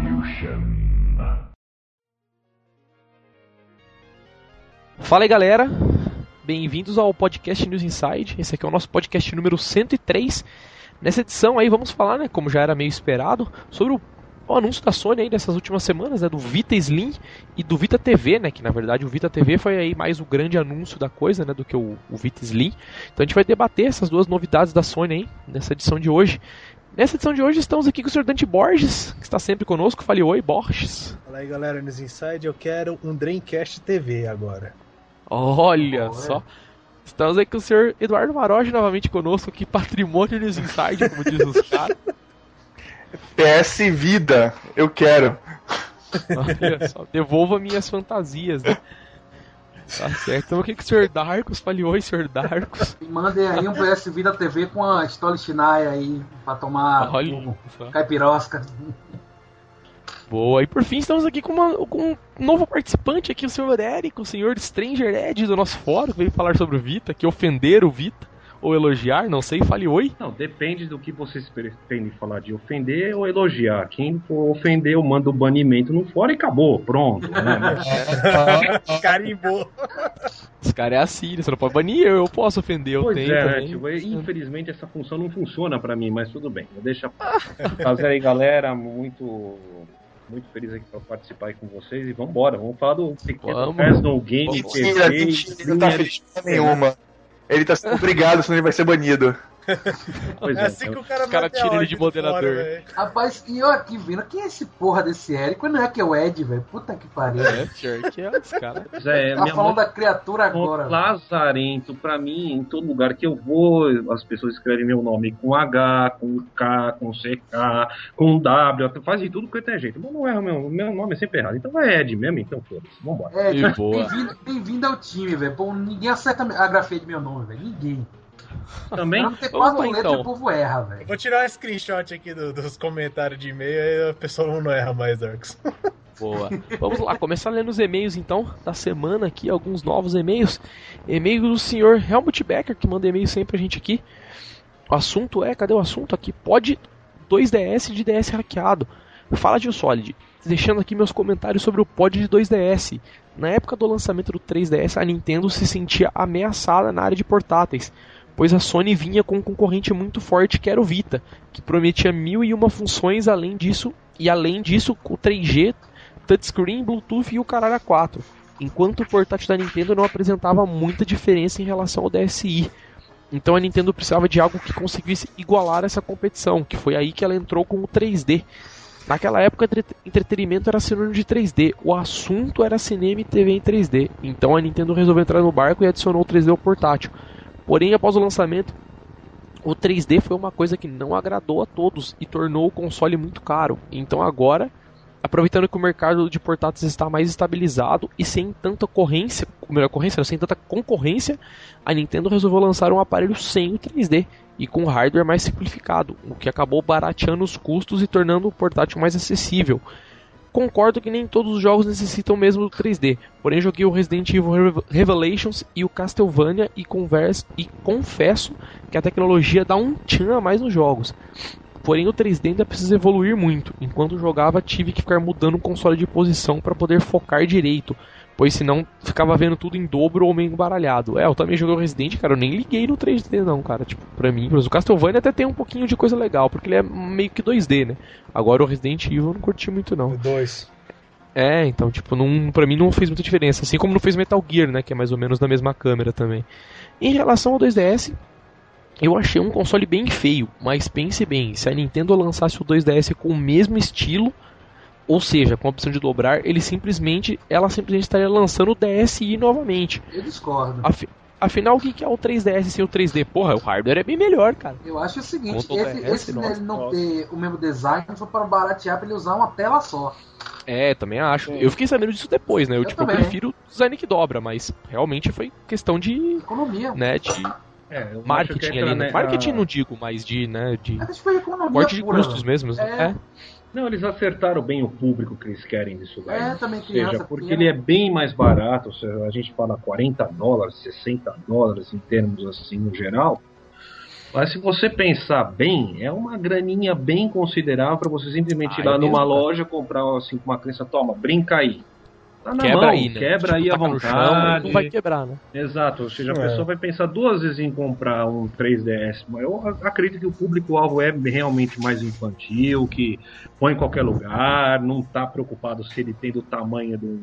Fala aí, galera, bem-vindos ao podcast News Inside. Esse aqui é o nosso podcast número 103. Nessa edição aí vamos falar, né, como já era meio esperado, sobre o anúncio da Sony aí dessas últimas semanas, né, do Vita Slim e do Vita TV, né, que na verdade o Vita TV foi aí mais o grande anúncio da coisa, né, do que o Vita Slim. Então a gente vai debater essas duas novidades da Sony aí, nessa edição de hoje. Nessa edição de hoje estamos aqui com o Sr. Dante Borges, que está sempre conosco. Fale oi, Borges. Fala aí, galera, News Inside, eu quero um Dreamcast TV agora. Olha só. Estamos aí com o Sr. Eduardo Maroja novamente conosco, que patrimônio News Inside, como diz os caras. PS Vida, eu quero. Olha só, devolva minhas fantasias, né? Tá certo. Estamos aqui com o Sr. Darkus. Fale oi, Sr. Darkus. E mandem aí um PS Vida TV com a Stolichnaya aí, pra tomar caipirosca. Boa, e por fim estamos aqui com um novo participante aqui, o Sr. Érico, o Sr. Stranger Ed do nosso fórum, que veio falar sobre o Vita, que ofender o Vita, ou elogiar, não sei, fale oi. Não, depende do que vocês pretendem falar, de ofender ou elogiar. Quem for ofender, eu mando o banimento no fórum e acabou, pronto. Né? Carimbou. Os caras é assim, você não pode banir, eu posso ofender, eu tenho também. Tipo, infelizmente essa função não funciona pra mim, mas tudo bem. Deixa fazer aí, galera, muito feliz aqui pra participar aí com vocês e vambora, vamos falar do pequeno Personal Game Mentira, ele não tá feliz com nenhuma. Ele tá sendo obrigado, senão ele vai ser banido. É assim que o cara tira ele de moderador. Fora, rapaz, e eu aqui vendo, quem é esse porra desse Érico? Não é que é o Ed, velho? Puta que pariu. Que é os caras. Tá falando da criatura agora. Lazarento, pra mim, em todo lugar que eu vou, as pessoas escrevem meu nome com H, com K, com CK, com W, faz de tudo que tem jeito. Bom, não é meu nome é sempre errado. Então vai Ed mesmo, então foda-se. Vambora. Bem-vindo ao time, velho. Pô, ninguém acerta a grafia de meu nome, velho. Ninguém. Também? Não ter quatro letras e o povo erra, velho. Vou tirar um screenshot aqui dos comentários de e-mail, aí a pessoa não erra mais, Darks. Boa. Vamos lá, começar lendo os e-mails então da semana aqui, alguns novos e-mails. E-mail do Sr. Helmut Becker, que manda e-mail sempre pra gente aqui. O assunto cadê o assunto aqui? Pod 2DS de DS hackeado. Fala de Solid. Deixando aqui meus comentários sobre o pod de 2DS. Na época do lançamento do 3DS, a Nintendo se sentia ameaçada na área de portáteis, pois a Sony vinha com um concorrente muito forte que era o Vita, que prometia 1001 funções além disso, o 3G, touchscreen, Bluetooth e o caralho a 4, enquanto o portátil da Nintendo não apresentava muita diferença em relação ao DSi. Então a Nintendo precisava de algo que conseguisse igualar essa competição, que foi aí que ela entrou com o 3D. Naquela época, entretenimento era sinônimo de 3D, o assunto era cinema e TV em 3D, então a Nintendo resolveu entrar no barco e adicionou o 3D ao portátil. Porém, após o lançamento, o 3D foi uma coisa que não agradou a todos e tornou o console muito caro. Então agora, aproveitando que o mercado de portáteis está mais estabilizado e sem tanta sem tanta concorrência, a Nintendo resolveu lançar um aparelho sem o 3D e com hardware mais simplificado, o que acabou barateando os custos e tornando o portátil mais acessível. Concordo que nem todos os jogos necessitam mesmo do 3D, porém joguei o Resident Evil Revelations e o Castlevania e confesso que a tecnologia dá um tchan a mais nos jogos. Porém o 3D ainda precisa evoluir muito, enquanto jogava tive que ficar mudando o console de posição para poder focar direito, pois senão ficava vendo tudo em dobro ou meio embaralhado. Eu também joguei o Resident, cara, eu nem liguei no 3D não, cara, tipo, pra mim, o Castlevania até tem um pouquinho de coisa legal, porque ele é meio que 2D, né? Agora o Resident Evil eu não curti muito não. O 2. Então, tipo, pra mim não fez muita diferença, assim como não fez Metal Gear, né, que é mais ou menos na mesma câmera também. Em relação ao 2DS, eu achei um console bem feio, mas pense bem, se a Nintendo lançasse o 2DS com o mesmo estilo, ou seja, com a opção de dobrar, ela simplesmente estaria lançando o DSi novamente. Eu discordo. Afinal, o que é o 3DS sem o 3D? Porra, o hardware é bem melhor, cara. Eu acho o seguinte, esse dele não ter o mesmo design foi para baratear, para ele usar uma tela só. Também acho. Eu fiquei sabendo disso depois, né? Eu prefiro o design que dobra, mas realmente foi questão de... economia. Né, de... marketing ali, né? Marketing não digo, mas de, né, de corte de custos mesmo. Não, eles acertaram bem o público que eles querem disso daí. Também porque ele é bem mais barato, a gente fala $40, $60 em termos assim no geral. Mas se você pensar bem, é uma graninha bem considerável para você simplesmente ir lá numa loja, comprar assim com uma criança, toma, brinca aí. Tá na quebra mão, aí, né? quebra aí à vontade. Chão, não vai quebrar, né? Exato, ou seja, a pessoa vai pensar duas vezes em comprar um 3DS, mas eu acredito que o público-alvo é realmente mais infantil, que põe em qualquer lugar, não tá preocupado se ele tem do tamanho do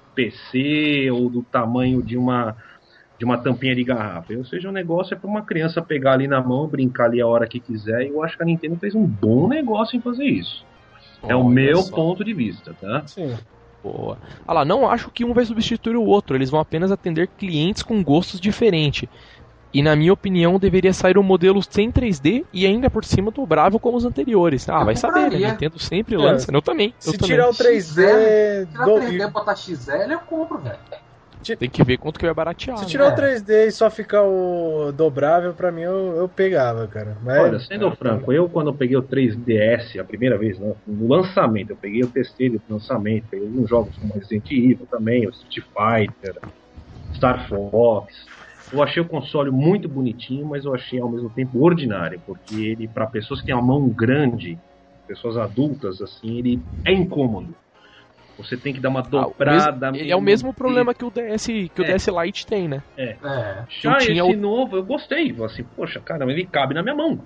PC ou do tamanho de uma tampinha de garrafa. Ou seja, o negócio é para uma criança pegar ali na mão, brincar ali a hora que quiser, e eu acho que a Nintendo fez um bom negócio em fazer isso. É o meu ponto de vista, tá? Sim. Boa. Ah lá, não acho que um vai substituir o outro, eles vão apenas atender clientes com gostos diferentes. E na minha opinião deveria sair um modelo sem 3D e ainda por cima dobrável como os anteriores. Ah, vai saber, né? Nintendo sempre lança. Eu também. Se tirar o 3D... Tirar o 3D e botar XL, eu compro, velho. Tem que ver quanto que vai baratear. Se tirar o 3D e só ficar o dobrável, pra mim eu pegava, cara. Mas... Olha, sendo franco, eu quando eu peguei o 3DS a primeira vez, né, no lançamento, eu peguei o testei no lançamento, peguei alguns jogos como Resident Evil também, o Street Fighter, Star Fox. Eu achei o console muito bonitinho, mas eu achei ao mesmo tempo ordinário, porque ele, para pessoas que têm uma mão grande, pessoas adultas, assim, ele é incômodo. Você tem que dar uma dobrada. Ele é o mesmo problema que o DS Lite tem, né? Já esse novo, eu gostei. Assim, poxa, caramba, ele cabe na minha mão.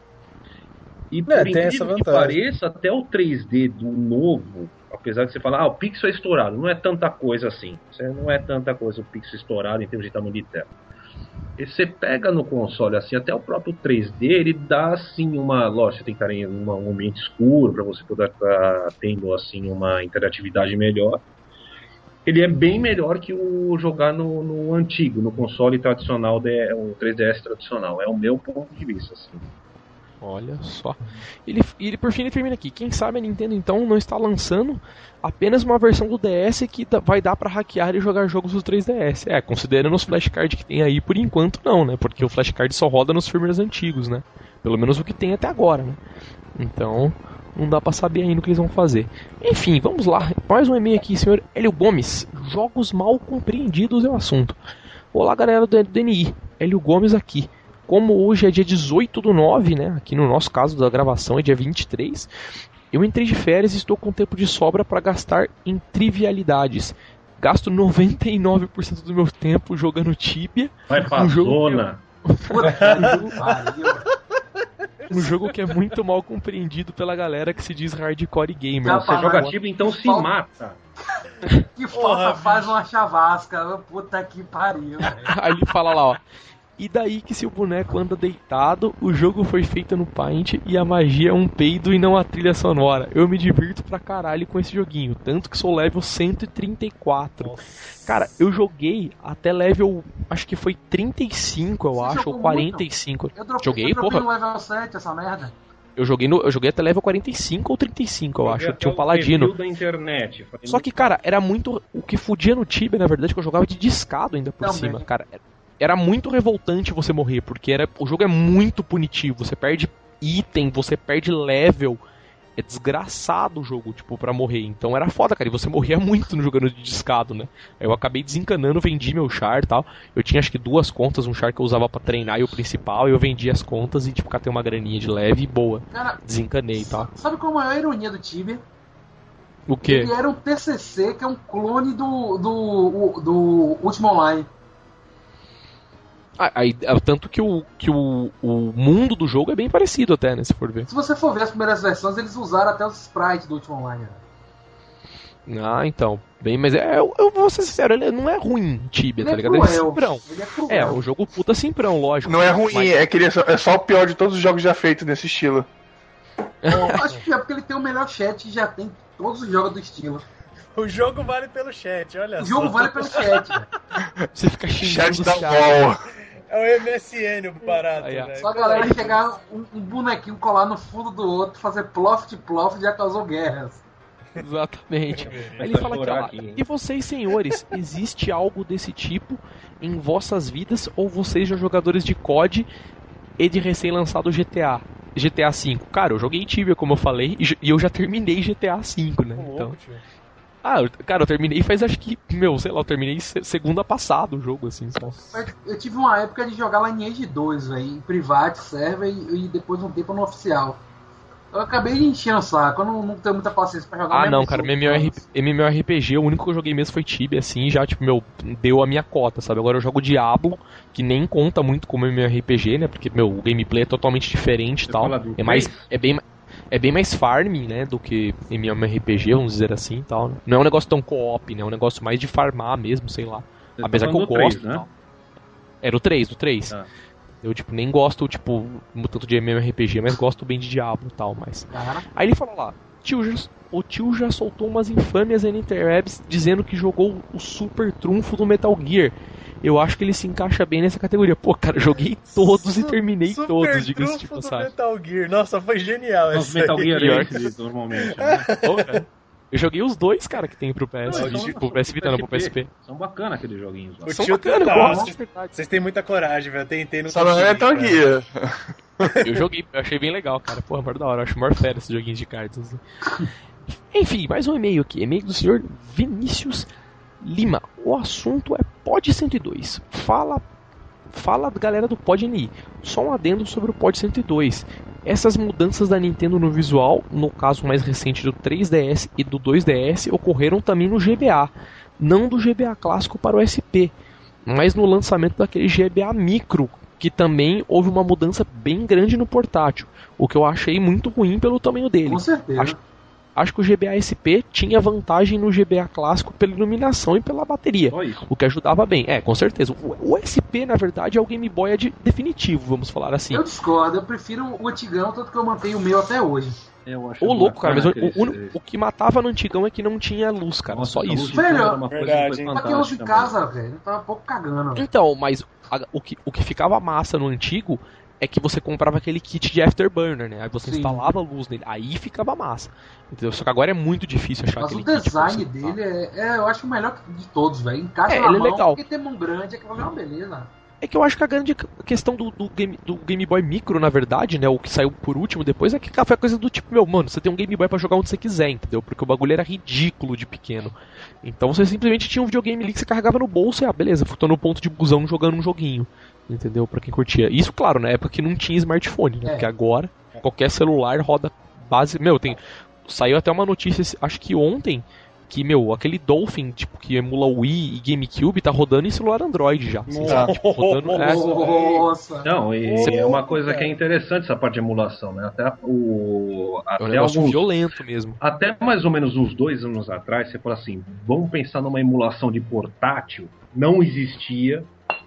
E por incrível que pareça, até o 3D do novo, apesar de você falar, o pixel é estourado, não é tanta coisa assim. Não é tanta coisa o pixel estourado em termos de tamanho de tela. E você pega no console, assim, até o próprio 3D, ele dá, assim, lógico, você tem que estar em um ambiente escuro para você poder estar tendo, assim, uma interatividade melhor. Ele é bem melhor que o jogar no antigo, no console tradicional, o 3DS tradicional. É o meu ponto de vista, assim. Olha só. Ele por fim ele termina aqui. Quem sabe a Nintendo então não está lançando apenas uma versão do DS que vai dar pra hackear e jogar jogos do 3DS. Considerando os flashcards que tem aí, por enquanto não, né? Porque o flashcard só roda nos firmwares antigos, né? Pelo menos o que tem até agora, né? Então, não dá pra saber ainda o que eles vão fazer. Enfim, vamos lá. Mais um e-mail aqui, senhor Hélio Gomes. Jogos mal compreendidos é o assunto. Olá, galera do DNI. Hélio Gomes aqui. Como hoje é dia 18/9, né? Aqui no nosso caso da gravação é dia 23. Eu entrei de férias e estou com tempo de sobra para gastar em trivialidades. Gasto 99% do meu tempo jogando Tibia. Vai pra zona. Um jogo que é muito mal compreendido pela galera que se diz hardcore gamer. Você joga Tibia, então se mata. Que falta faz uma chavasca. Puta que pariu. Aí ele fala lá, ó. E daí que se o boneco anda deitado, o jogo foi feito no Paint e a magia é um peido e não a trilha sonora. Eu me divirto pra caralho com esse joguinho, tanto que sou level 134. Nossa. Cara, eu joguei até level, acho que foi 35, eu acho, ou 45. Joguei, porra. No level 7 essa merda. Eu joguei até level 45 ou 35, eu acho. Tinha um paladino. Da internet, só que, cara, era muito... O que fudia no Tibia, na verdade, que eu jogava de discado ainda por cima, cara. Era muito revoltante você morrer, porque o jogo é muito punitivo. Você perde item, você perde level. É desgraçado o jogo, tipo, pra morrer. Então era foda, cara. E você morria muito no jogando de discado, né? Aí eu acabei desencanando, vendi meu char e tal. Eu tinha acho que 2 contas, um char que eu usava pra treinar e o principal. E eu vendi as contas e, tipo, catei uma graninha de leve e boa. Cara, desencanei e tal. Sabe qual é a maior ironia do Tibia? O quê? Ele era um TCC, que é um clone do Ultima Online. Tanto que o mundo do jogo é bem parecido até, né, se for ver. Se você for ver as primeiras versões, eles usaram até os sprites do Ultima Online. Então. Bem, mas eu vou ser sincero, ele não é ruim, Tibia, tá ligado? Ele é simprão. Ele é o jogo puta simprão, lógico. Não é ruim, é que ele é só o pior de todos os jogos já feitos nesse estilo. Eu acho que é porque ele tem o melhor chat e já tem todos os jogos do estilo. O jogo vale pelo chat, olha só. O jogo vale pelo chat, velho. Você fica xingando chat da bola. É o MSN barato, né? Só a galera chegar um bonequinho colar no fundo do outro, fazer plof já causou guerras. Exatamente. Aí ele fala aqui, e vocês, senhores, existe algo desse tipo em vossas vidas ou vocês já jogadores de COD e de recém-lançado GTA V? Cara, eu joguei Tibia, como eu falei, e eu já terminei GTA V, né? Então, Cara, eu terminei faz acho que, sei lá, eu terminei segunda passada o jogo, assim, só. Eu tive uma época de jogar Lineage 2, velho, em private, server e depois um tempo no oficial. Eu acabei enchendo o saco, eu não tenho muita paciência pra jogar. Não, cara, MMORPG, o único que eu joguei mesmo foi Tibia, assim, já, tipo, deu a minha cota, sabe? Agora eu jogo Diablo, que nem conta muito como MMORPG, né? Porque, o gameplay é totalmente diferente e tal. É bem mais farming, né, do que MMORPG, vamos dizer assim e tal. Né? Não é um negócio tão co-op, né? É um negócio mais de farmar mesmo, sei lá. Apesar que eu gosto, 3, né? Era o 3, do 3. Ah. Eu, nem gosto, tanto de MMORPG, mas gosto bem de Diablo e tal, mas... Aí ele falou lá, o tio já soltou umas infâmias aí na interwebs dizendo que jogou o super trunfo do Metal Gear. Eu acho que ele se encaixa bem nessa categoria. Pô, cara, joguei todos e terminei todos, diga-se de passagem. Metal Gear, nossa, foi genial esse Metal Gear normalmente, né? Eu joguei os dois, cara, que tem pro PS. Pro PS Vita, não, pro PSP. São bacanas aqueles joguinhos. São bacanas, eu gosto. Vocês têm muita coragem, velho. Eu tentei no... Só não é Metal Gear. Eu joguei, eu achei bem legal, cara. Porra, maior da hora. Eu acho maior fera esses joguinhos de cartas. Assim. Enfim, mais um e-mail aqui. E-mail do senhor Vinícius Lima. O assunto é Pod 102. Fala galera do Pod NI. Só um adendo sobre o Pod 102. Essas mudanças da Nintendo no visual, no caso mais recente do 3DS e do 2DS, ocorreram também no GBA. Não do GBA clássico para o SP, mas no lançamento daquele GBA Micro, que também houve uma mudança bem grande no portátil. O que eu achei muito ruim pelo tamanho dele. Com certeza. Acho que o GBA SP tinha vantagem no GBA clássico pela iluminação e pela bateria, o que ajudava bem. Com certeza. O SP, na verdade, é o Game Boy definitivo, vamos falar assim. Eu discordo, eu prefiro o antigão, tanto que eu mantenho o meu até hoje. Ô louco, cara, mas o que matava no antigão é que não tinha luz, cara, nossa, só isso. Velho, pra quem usa em casa, velho, tava um pouco cagando. Então, mas o que ficava massa no antigo é que você comprava aquele kit de Afterburner, né? Aí você instalava a luz nele, aí ficava massa. Entendeu? Só que agora é muito difícil achar aquele kit. Mas o design dele eu acho o melhor de todos, velho. Encaixa na ele mão, é legal. Porque tem mão grande, é uma beleza. É que eu acho que a grande questão do Game Boy Micro, na verdade, né, o que saiu por último depois, é que foi a coisa do tipo, mano, você tem um Game Boy pra jogar onde você quiser, entendeu? Porque o bagulho era ridículo de pequeno. Então você simplesmente tinha um videogame ali que você carregava no bolso e, beleza, tô no ponto de busão jogando um joguinho, entendeu? Pra quem curtia. Isso, claro, na época que não tinha smartphone, né? Porque agora, qualquer celular roda base... Saiu até uma notícia, acho que ontem, que, aquele Dolphin, que emula o Wii e GameCube, tá rodando em celular Android já. Rodando... Nossa! Não, é uma coisa que é interessante essa parte de emulação, né? Até um negócio violento mesmo. Até mais ou menos uns 2 anos atrás, você fala assim, vamos pensar numa emulação de portátil, não existia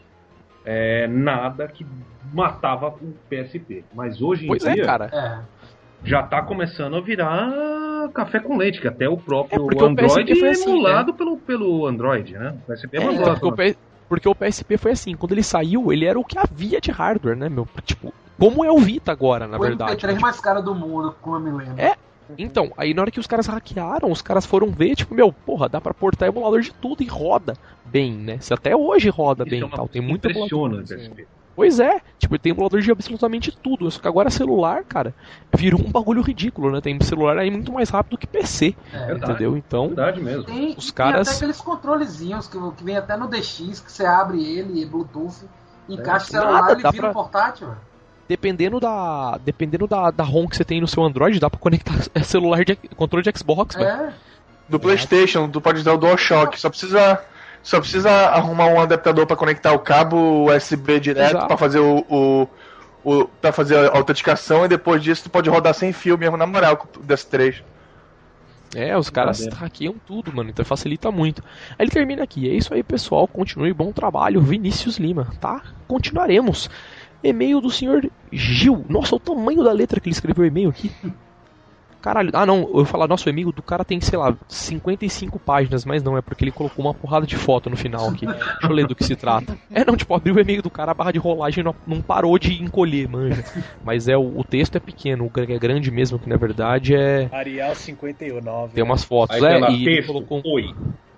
nada que matava o PSP. Mas hoje em dia... cara. Já tá começando a virar café com leite, que até o próprio Android é emulado pelo Android, né? O PSP porque o PSP foi assim, quando ele saiu, ele era o que havia de hardware, né, como é o Vita agora, na verdade. O MP3 mais caro do mundo, como eu me lembro. Então, aí na hora que os caras hackearam, os caras foram ver, dá pra portar emulador de tudo e roda bem, né? Se até hoje roda bem e tal, tem muito emulador. PSP. Pois é, tem emulador de absolutamente tudo. Só que agora celular, cara, virou um bagulho ridículo, né? Tem celular aí muito mais rápido que PC. Entendeu? Então, verdade mesmo. Os caras... Tem até aqueles controlezinhos que vem até no DX, que você abre ele, Bluetooth, encaixa o celular e vira um portátil, velho. Dependendo da ROM que você tem no seu Android, dá pra conectar celular controle de Xbox, velho. Do PlayStation, tu pode usar o DualShock, só precisa arrumar um adaptador para conectar o cabo USB direto para fazer para fazer a autenticação, e depois disso tu pode rodar sem fio mesmo, na moral, com o DS3. Os caras hackeiam tudo, mano, então facilita muito. Aí ele termina aqui, é isso aí, pessoal, continue, bom trabalho, Vinícius Lima, tá? Continuaremos. E-mail do senhor Gil. Nossa, o tamanho da letra que ele escreveu o e-mail aqui. Caralho, não, eu ia falar, nossa, o e-mail do cara tem, sei lá, 55 páginas, mas não, é porque ele colocou uma porrada de foto no final aqui. Deixa eu ler do que se trata. Abriu o e-mail do cara, a barra de rolagem não parou de encolher, manja. Mas o texto é pequeno, o é grande mesmo, que na verdade é... Arial 59. Tem umas fotos, aí e ele colocou... Oi.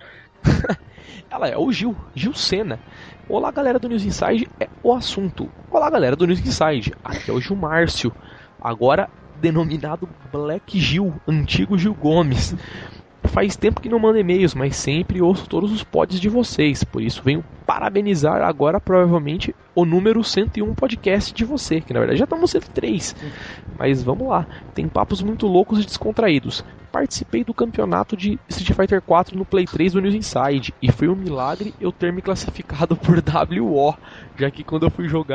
É o Gil Sena. Olá, galera do News Inside, é o assunto. Olá, galera do News Inside, aqui é o Gil Márcio. Agora... denominado Black Gil, antigo Gil Gomes. Faz tempo que não mando e-mails, mas sempre ouço todos os pods de vocês. Por isso venho parabenizar agora, provavelmente, o número 101 podcast de você. Que na verdade já estamos no 103. Mas vamos lá. Tem papos muito loucos e descontraídos. Participei do campeonato de Street Fighter 4 no Play 3 do News Inside. E foi um milagre eu ter me classificado por WO. Já que quando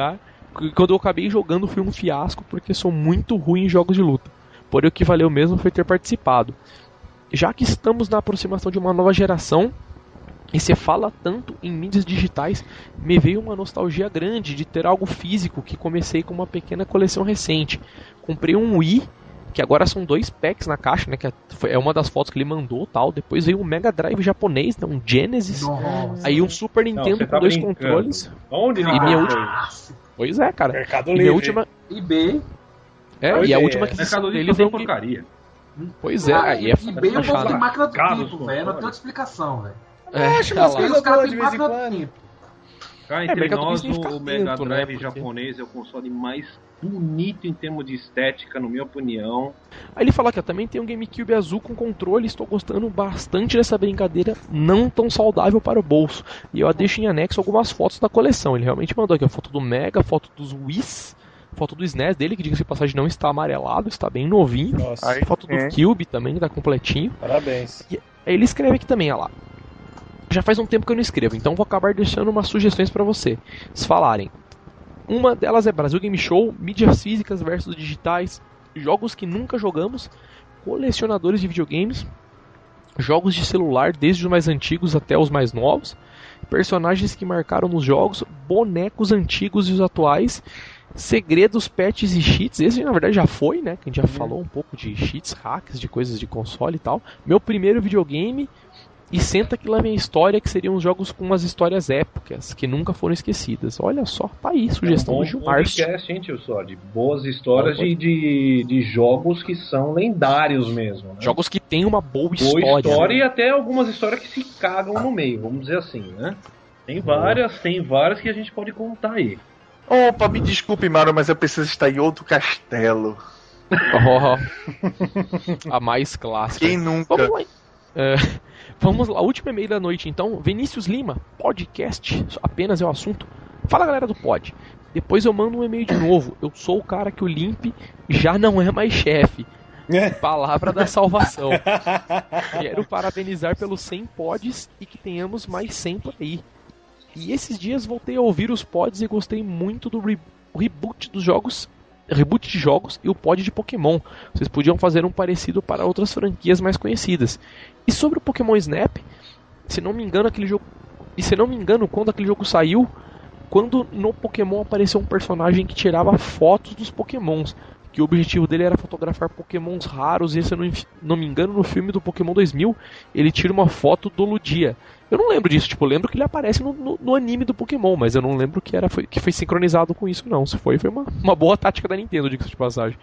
eu acabei jogando foi um fiasco. Porque sou muito ruim em jogos de luta. Porém o que valeu mesmo foi ter participado. Já que estamos na aproximação de uma nova geração e se fala tanto em mídias digitais, me veio uma nostalgia grande de ter algo físico que comecei com uma pequena coleção recente. Comprei um Wii, que agora são 2 packs na caixa, né, que é uma das fotos que ele mandou, tal. Depois veio um Mega Drive japonês, né, um Genesis, aí um Super Nintendo com 2 controles. Onde e minha última... Pois é, cara. Mercado e Livre. Minha última... eBay. E a última que Mercado Livre ele tem foi porcaria. Pois é, aí é eBay é um fachada. pouco de máquina do Casos tempo, velho. Não tem controle. outra explicação, velho. Acho tá umas lá. coisas Os caras boas têm de vez em máquina do quando. tempo. Cá entre Mercado nós, Livre significa o Mega tanto, né, Drive porque- japonês é o console mais bonito em termos de estética, na minha opinião. Aí ele fala que também tem um GameCube azul com controle, estou gostando bastante dessa brincadeira, não tão saudável para o bolso. E eu deixo em anexo algumas fotos da coleção. Ele realmente mandou aqui a foto do Mega, foto dos Wii's, foto do SNES dele, que diga-se de passagem não está amarelado, está bem novinho. Nossa, Aí, Foto do Cube também, que tá completinho. parabéns. Aí ele escreve aqui também, olha lá. Já faz um tempo que eu não escrevo, então vou acabar deixando umas sugestões para vocês falarem. Uma delas é Brasil Game Show, mídias físicas versus digitais, jogos que nunca jogamos, colecionadores de videogames, jogos de celular desde os mais antigos até os mais novos, personagens que marcaram nos jogos, bonecos antigos e os atuais, segredos, patches e cheats. Esse na verdade já foi, né? Que a gente já falou um pouco de cheats, hacks, de coisas de console e tal. Meu primeiro videogame e Senta que lá vem a história, que seriam os jogos com umas histórias épicas que nunca foram esquecidas. Olha só, tá aí, sugestão do Gilmárcio. podcast, hein, tio Só, de boas histórias de jogos que são lendários mesmo. Né? Jogos que tem uma boa Boa história. história e até algumas histórias que se cagam no meio, vamos dizer assim, né? Tem várias que a gente pode contar aí. Opa, me desculpe, Mario, mas eu preciso estar em outro castelo. A mais clássica. Quem nunca? Vamos lá. Vamos lá, último e-mail da noite então. Vinícius Lima, podcast, apenas é o assunto. Fala galera do pod. Depois eu mando um e-mail de novo. Eu sou o cara que o Limp já não é mais chefe. Palavra da salvação. Quero parabenizar pelos 100 pods e que tenhamos mais 100 por aí. E esses dias voltei a ouvir os pods e gostei muito do reboot dos jogos. Reboot de jogos e o pod de Pokémon. Vocês podiam fazer um parecido para outras franquias mais conhecidas. E sobre o Pokémon Snap, se não me engano, aquele jogo. E se não me engano, quando aquele jogo saiu, quando no Pokémon apareceu um personagem que tirava fotos dos Pokémons. Que o objetivo dele era fotografar Pokémons raros. E se eu não me engano, no filme do Pokémon 2000, ele tira uma foto do Lugia. Eu não lembro disso, tipo, eu lembro que ele aparece no anime do Pokémon, mas eu não lembro que foi sincronizado com isso, não. Se foi uma boa tática da Nintendo, diga-se de passagem.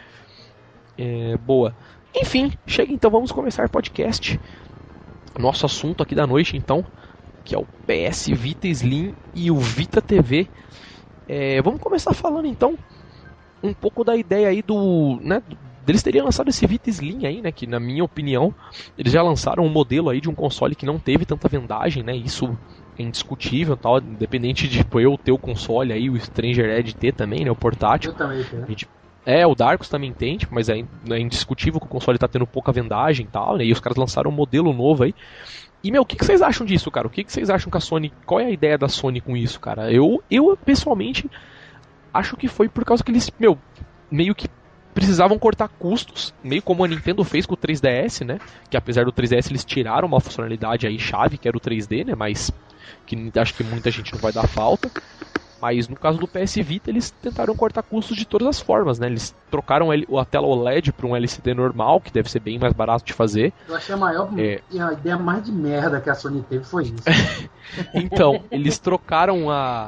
Boa. Enfim, chega então, vamos começar o podcast. Nosso assunto aqui da noite, então, que é o PS Vita Slim e o Vita TV. Vamos começar falando, então, um pouco da ideia aí deles teriam lançado esse Vita Slim aí, né, que na minha opinião, eles já lançaram um modelo aí de um console que não teve tanta vendagem, né, isso é indiscutível, tal, independente de eu ter o console aí, o Stranger Edge ter também, né, o portátil. Eu também tenho. O Darkus também tem, mas é indiscutível que o console tá tendo pouca vendagem e tal, né, e os caras lançaram um modelo novo aí. E, o que vocês acham disso, cara? O que vocês acham que a Sony... Qual é a ideia da Sony com isso, cara? Eu pessoalmente, acho que foi por causa que eles, meio que precisavam cortar custos, meio como a Nintendo fez com o 3DS, né? Que apesar do 3DS eles tiraram uma funcionalidade aí chave, que era o 3D, né? Mas que acho que muita gente não vai dar falta. Mas no caso do PS Vita eles tentaram cortar custos de todas as formas, né? Eles trocaram a tela OLED para um LCD normal, que deve ser bem mais barato de fazer. Eu achei e a ideia mais de merda que a Sony teve foi isso. Então, eles trocaram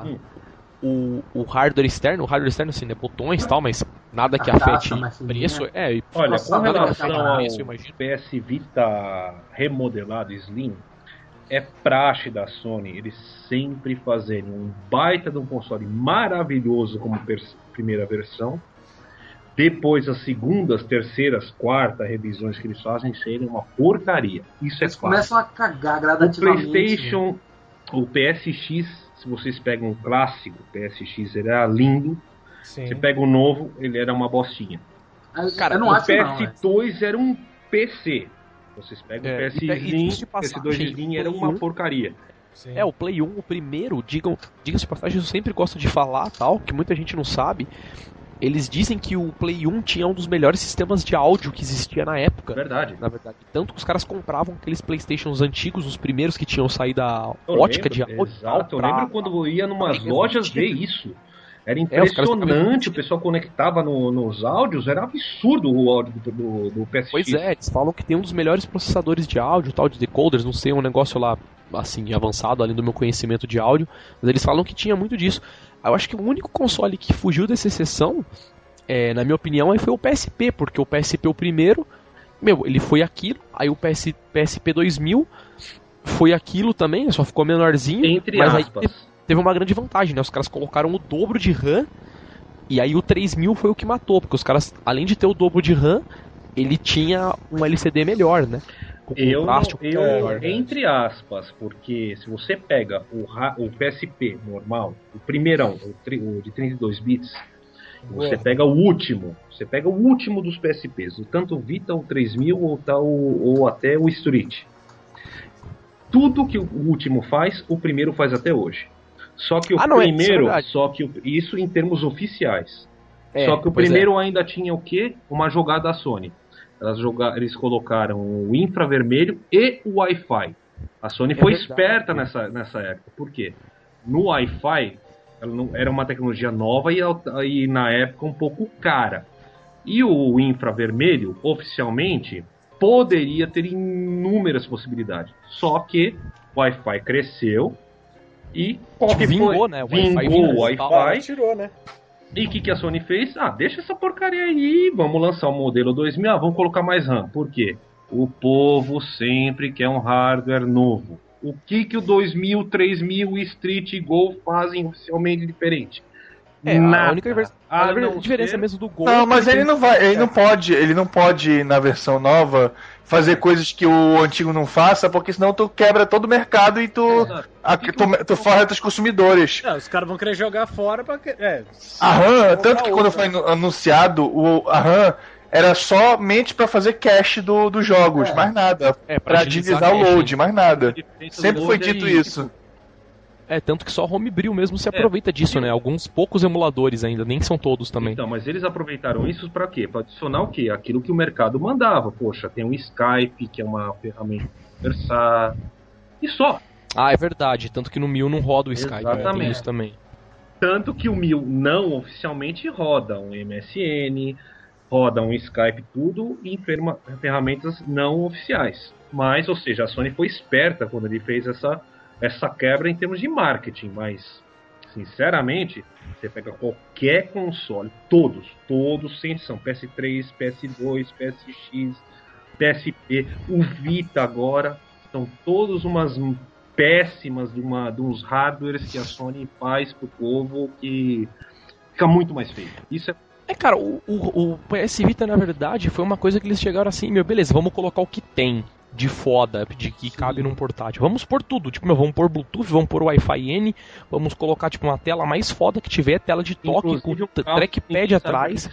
o hardware externo assim, né, botões e tal, mas nada que afete preço. Olha, com relação ao preço, imagino. PS Vita remodelado Slim, é praxe da Sony eles sempre fazerem um baita de um console maravilhoso como primeira versão, Depois, as segundas, terceiras, quartas revisões que eles fazem serem uma porcaria. Isso Eles é fácil. começam a cagar O gradativamente. PlayStation, o PSX, se vocês pegam o clássico, o PSX ele era lindo. Sim. Se pega o novo, ele era uma bostinha. Cara, eu não O acho PS2 era um PC. Vocês pegam o e PS diga-se de Slim, passagem, PS2 Slim era o uma Play 1 porcaria. Sim. O Play 1, o primeiro, diga-se de passagem, eu sempre gosto de falar, tal, que muita gente não sabe. Eles dizem que o Play 1 tinha um dos melhores sistemas de áudio que existia na época. Verdade. Na verdade. Tanto que os caras compravam aqueles Playstations antigos, os primeiros que tinham saída Eu ótica lembro, de áudio. Exato, eu lembro quando eu ia numas pra- lojas ver isso. Era os caras impressionante, o pessoal conectava nos áudios, era absurdo o áudio do PSX. Pois é, eles falam que tem um dos melhores processadores de áudio, tal, de decoders, não sei, um negócio lá, assim, avançado, além do meu conhecimento de áudio, mas eles falam que tinha muito disso. Eu acho que o único console que fugiu dessa exceção, na minha opinião, aí foi o PSP, porque o PSP, o primeiro, ele foi aquilo, aí o PSP 2000 foi aquilo também, só ficou menorzinho, Entre mas aspas. aí teve uma grande vantagem, né? Os caras colocaram o dobro de RAM e aí o 3000 foi o que matou, porque os caras, além de ter o dobro de RAM, ele tinha um LCD melhor, né? Com contraste, entre aspas, porque se você pega o PSP normal, o primeirão, o de 32 bits, você pega o último dos PSPs, tanto o Vita, o 3000 ou até o Street. Tudo que o último faz, o primeiro faz até hoje. Só que o primeiro, isso em termos oficiais. Só que o primeiro ainda tinha o quê? Uma jogada da Sony. Eles colocaram o infravermelho e o Wi-Fi. A Sony foi esperta nessa época. Por quê? No Wi-Fi, era uma tecnologia nova e na época um pouco cara. E o infravermelho, oficialmente, poderia ter inúmeras possibilidades. Só que o Wi-Fi cresceu e vingou, né? Vingou o Wi-Fi. Tirou, né? E o que a Sony fez? Deixa essa porcaria aí, vamos lançar o modelo 2000, vamos colocar mais RAM. Por quê? O povo sempre quer um hardware novo. O que o 2000, 3000 e Street e Go fazem oficialmente diferente? A única diferença mesmo do Gol. Não, mas ele não pode na versão nova fazer coisas que o antigo não faça, porque senão tu quebra todo o mercado e tu forra dos consumidores. Os caras vão querer jogar fora pra a RAM, tanto que quando foi anunciado, a RAM era somente pra fazer cache dos jogos, mais nada. Pra agilizar o load, mais nada. Sempre foi dito isso. Tanto que só a Homebrew mesmo se aproveita disso, né? Alguns poucos emuladores ainda, nem são todos também. Então, mas eles aproveitaram isso pra quê? Pra adicionar o quê? Aquilo que o mercado mandava. Poxa, tem o Skype, que é uma ferramenta de conversar. E só. É verdade. Tanto que no 1000 não roda o Skype. Exatamente. Tem isso também. Tanto que o 1000 não oficialmente roda um MSN, roda um Skype, tudo em ferramentas não oficiais. Mas, ou seja, a Sony foi esperta quando ele fez essa quebra em termos de marketing, mas sinceramente, você pega qualquer console, todos, sem exceção, PS3, PS2, PSX, PSP, o Vita agora, são todos umas péssimas de uns hardwares que a Sony faz pro povo que fica muito mais feio. Isso cara, o PS Vita, na verdade, foi uma coisa que eles chegaram assim, beleza, vamos colocar o que tem de foda, de que cabe num portátil. Vamos pôr tudo, vamos pôr Bluetooth, vamos pôr Wi-Fi N, vamos colocar, uma tela mais foda que tiver, tela de toque, com trackpad atrás.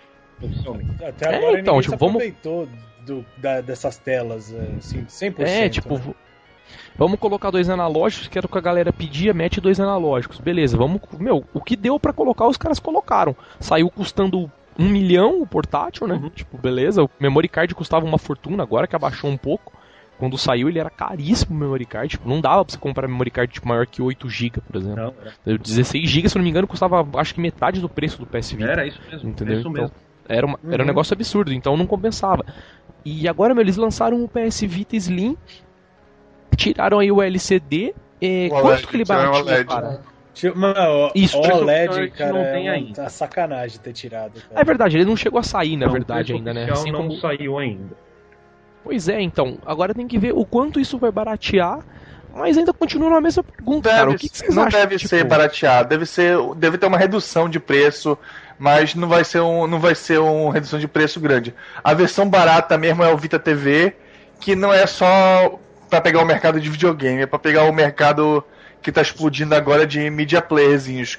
Até agora ninguém se aproveitou dessas telas, assim, 100%. Né? Vamos colocar 2 analógicos, que era o que a galera pedia, mete 2 analógicos. Beleza, o que deu pra colocar, os caras colocaram. Saiu custando 1 milhão o portátil, né? Beleza, o memory card custava uma fortuna, agora que abaixou um pouco. Quando saiu ele era caríssimo o memory card, não dava pra você comprar memory card maior que 8 GB, por exemplo. Não, 16 GB, se não me engano, custava acho que metade do preço do PS Vita. Era isso mesmo, entendeu? Era um negócio absurdo, então não compensava. E agora, eles lançaram o PS Vita Slim, tiraram aí o LCD, quanto que ele baratinho, cara? Isso, o OLED, cara, não tem ainda. Sacanagem ter tirado. Cara. É verdade, ele não chegou a sair, na verdade, ainda, né? Assim não saiu ainda. Pois é, então, agora tem que ver o quanto isso vai baratear Mas ainda continua na mesma pergunta, cara. O que vocês não acham? Deve ser barateado, deve ter uma redução de preço, mas não vai ser uma redução de preço grande. A versão barata mesmo é o Vita TV, que não é só para pegar o mercado de videogame, é para pegar o mercado que tá explodindo agora de media playerzinhos,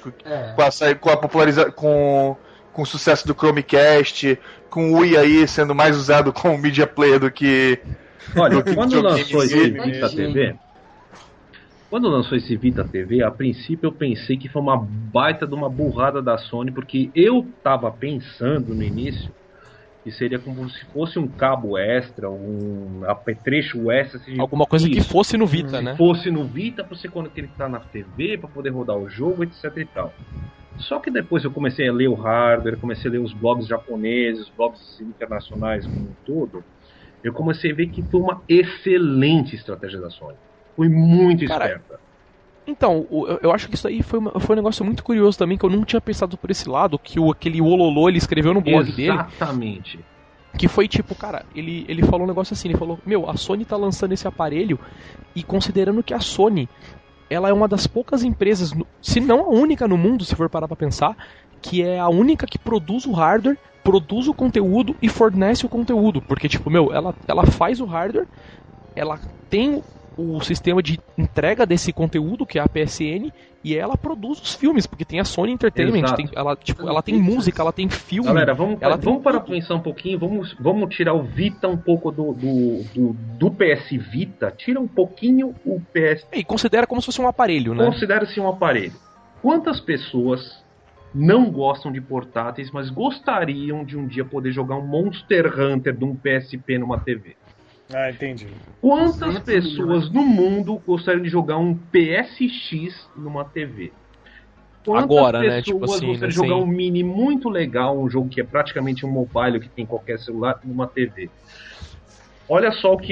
com o sucesso do Chromecast, com o Wii aí sendo mais usado como media player do que... Olha, quando lançou esse Vita TV... Quando lançou esse Vita TV, a princípio eu pensei que foi uma baita de uma burrada da Sony, porque eu tava pensando no início que seria como se fosse um cabo extra, um apetrecho extra. Alguma coisa que fosse no Vita, né? Fosse no Vita pra você conectar na TV, pra poder rodar o jogo, etc e tal. Só que depois eu comecei a ler o hardware, comecei a ler os blogs japoneses, os blogs internacionais como um todo, eu comecei a ver que foi uma excelente estratégia da Sony. Foi muito esperta. Então, eu acho que isso aí foi um negócio muito curioso também, que eu não tinha pensado por esse lado, que aquele Ololô, ele escreveu no blog dele. Exatamente. Que foi tipo, cara, ele falou um negócio assim, ele falou, a Sony tá lançando esse aparelho, e considerando que a Sony, ela é uma das poucas empresas, se não a única no mundo, se for parar pra pensar, que é a única que produz o hardware, produz o conteúdo e fornece o conteúdo. Porque, tipo, ela faz o hardware, ela tem o sistema de entrega desse conteúdo, que é a PSN, e ela produz os filmes, porque tem a Sony Entertainment, ela tem música, ela tem filme. Galera, vamos para pensar um pouquinho, vamos tirar o Vita um pouco do PS Vita, tira um pouquinho o PS... E considera como se fosse um aparelho, né? Considera-se um aparelho. Quantas pessoas não gostam de portáteis, mas gostariam de um dia poder jogar um Monster Hunter de um PSP numa TV? Ah, entendi. Quantas pessoas no mundo gostariam de jogar um PSX numa TV? Quantas agora, pessoas né? Tipo assim, gostariam de jogar um mini muito legal, um jogo que é praticamente um mobile que tem em qualquer celular, numa TV? Olha só o que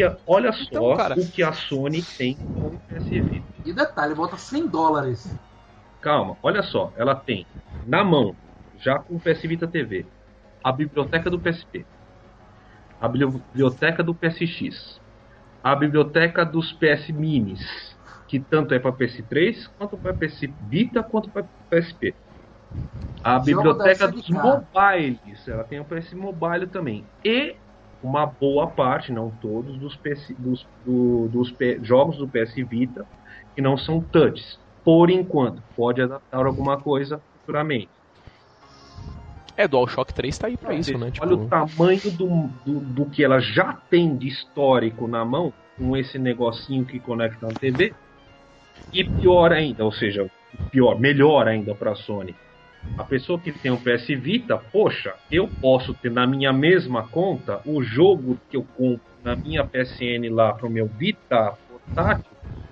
a Sony tem com o PS Vita. E detalhe, bota $100. Calma, olha só, ela tem na mão, já com o PS Vita TV, a biblioteca do PSP, a biblioteca do PSX, a biblioteca dos PS Minis, que tanto é para PS3, quanto para PS Vita, quanto para PSP. A biblioteca dos mobiles, ela tem o PS Mobile também. E uma boa parte, não todos, dos jogos do PS Vita que não são touches. Por enquanto, pode adaptar alguma coisa futuramente. DualShock 3 tá aí pra isso, né? Olha o tamanho do que ela já tem de histórico na mão, com esse negocinho que conecta na TV. E pior ainda, ou seja, melhor ainda pra Sony. A pessoa que tem um PS Vita, poxa, eu posso ter na minha mesma conta o jogo que eu compro na minha PSN lá pro meu Vita portátil.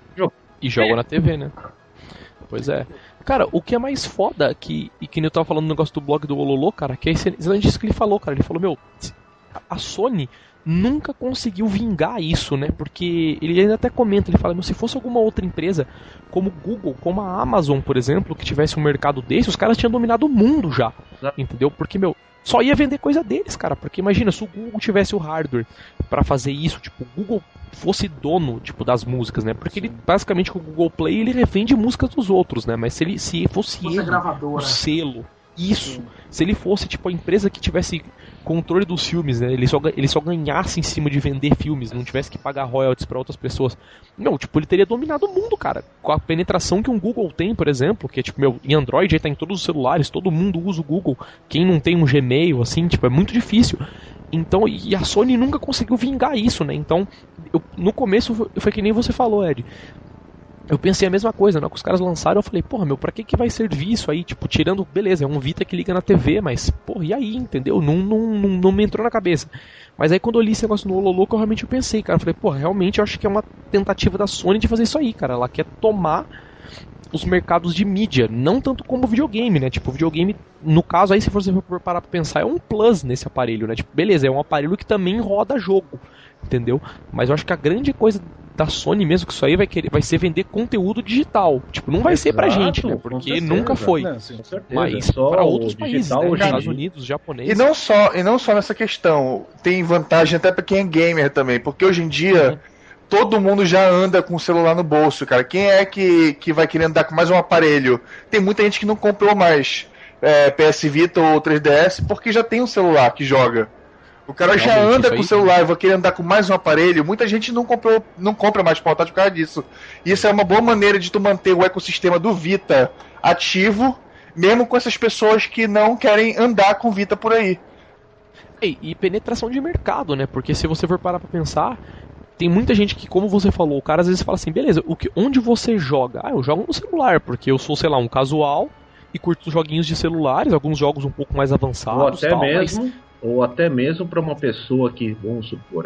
E jogo na TV, né? Pois é. Cara, o que é mais foda, e que eu tava falando no negócio do blog do Ololô, cara, que é exatamente isso que ele falou, cara. Ele falou, a Sony nunca conseguiu vingar isso, né? Porque ele ainda até comenta, ele fala, se fosse alguma outra empresa, como Google, como a Amazon, por exemplo, que tivesse um mercado desse, os caras tinham dominado o mundo já, entendeu? Porque, só ia vender coisa deles, cara. Porque imagina, se o Google tivesse o hardware pra fazer isso, tipo, o Google fosse dono, tipo, das músicas, né? Porque ele, basicamente, com o Google Play, ele revende músicas dos outros, né? Mas se fosse ele, o selo, isso, se ele fosse, tipo, a empresa que tivesse controle dos filmes, né? Ele só ganhasse em cima de vender filmes, não tivesse que pagar royalties pra outras pessoas. Tipo, ele teria dominado o mundo, cara. Com a penetração que um Google tem, por exemplo, que é, tipo, em Android aí tá em todos os celulares, todo mundo usa o Google. Quem não tem um Gmail, assim, tipo, é muito difícil. Então, e a Sony nunca conseguiu vingar isso, né? Então, no começo foi que nem você falou, Ed. Eu pensei a mesma coisa, né? Que os caras lançaram, eu falei, porra, pra que vai servir isso aí? Tipo, tirando, beleza, é um Vita que liga na TV, mas, porra, e aí, entendeu? Não me entrou na cabeça. Mas aí quando eu li esse negócio no Ololô, eu realmente pensei, cara, eu falei, porra, realmente eu acho que é uma tentativa da Sony de fazer isso aí, cara. Ela quer tomar os mercados de mídia, não tanto como videogame, né? Tipo, videogame, no caso aí, se você for parar pra pensar, é um plus nesse aparelho, né? Tipo, beleza, é um aparelho que também roda jogo, entendeu? Mas eu acho que a grande coisa da Sony mesmo, que isso aí vai ser vender conteúdo digital. Tipo, não vai ser pra gente, né? Porque nunca foi. Não, sim, com certeza. Mas pra outros países, né? Estados Unidos, japonês. E não só nessa questão, tem vantagem até pra quem é gamer também, porque hoje em dia todo mundo já anda com o celular no bolso, cara. Quem é que vai querer andar com mais um aparelho? Tem muita gente que não comprou mais PS Vita ou 3DS porque já tem um celular que joga. O cara já anda com o celular e vai querer andar com mais um aparelho. Muita gente não compra mais portátil por causa disso. Isso é uma boa maneira de tu manter o ecossistema do Vita ativo, mesmo com essas pessoas que não querem andar com Vita por aí. E penetração de mercado, né? Porque se você for parar pra pensar, tem muita gente que, como você falou, o cara às vezes fala assim, beleza, onde você joga? Ah, eu jogo no celular, porque eu sou, sei lá, um casual e curto joguinhos de celulares, alguns jogos um pouco mais avançados. Ou até mesmo para uma pessoa que, vamos supor,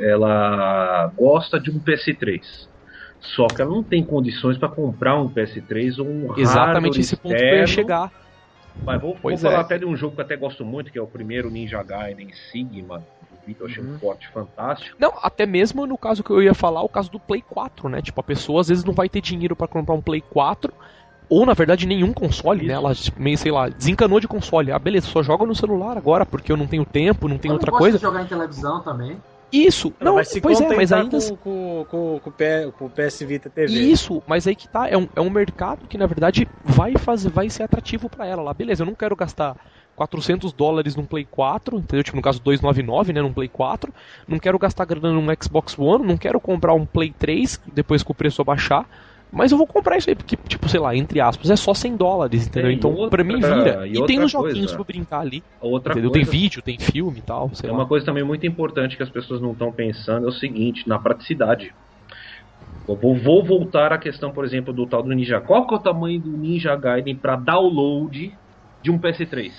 ela gosta de um PS3. Só que ela não tem condições para comprar um PS3 ou um hardware exatamente esse ponto que eu ia chegar. Mas vou falar até de um jogo que eu até gosto muito, que é o primeiro Ninja Gaiden Sigma. Eu achei um porte fantástico. Não, até mesmo no caso que eu ia falar, o caso do Play 4, né? Tipo, a pessoa às vezes não vai ter dinheiro para comprar um Play 4, ou na verdade nenhum console, né? Ela meio, sei lá, desencanou de console. Ah, beleza, só joga no celular agora, porque eu não tenho tempo, não tenho outra coisa. De jogar em televisão também. Isso, não, pois é, mas ainda com o PS Vita TV. Isso, mas aí que tá, é um mercado que na verdade vai ser atrativo pra ela lá. Beleza, eu não quero gastar $400 num Play 4, entendeu? Tipo, no caso 299, né, num Play 4. Não quero gastar grana num Xbox One, não quero comprar um Play 3 depois que o preço abaixar. Mas eu vou comprar isso aí, porque, tipo, sei lá, entre aspas, é só $100, entendeu? Então, pra mim, vira. E tem uns joguinhos pra brincar ali. Entendeu? Tem vídeo, tem filme e tal, sei lá. Uma coisa também muito importante que as pessoas não estão pensando é o seguinte, na praticidade. Eu vou voltar à questão, por exemplo, do tal do Ninja. Qual que é o tamanho do Ninja Gaiden pra download de um PS3?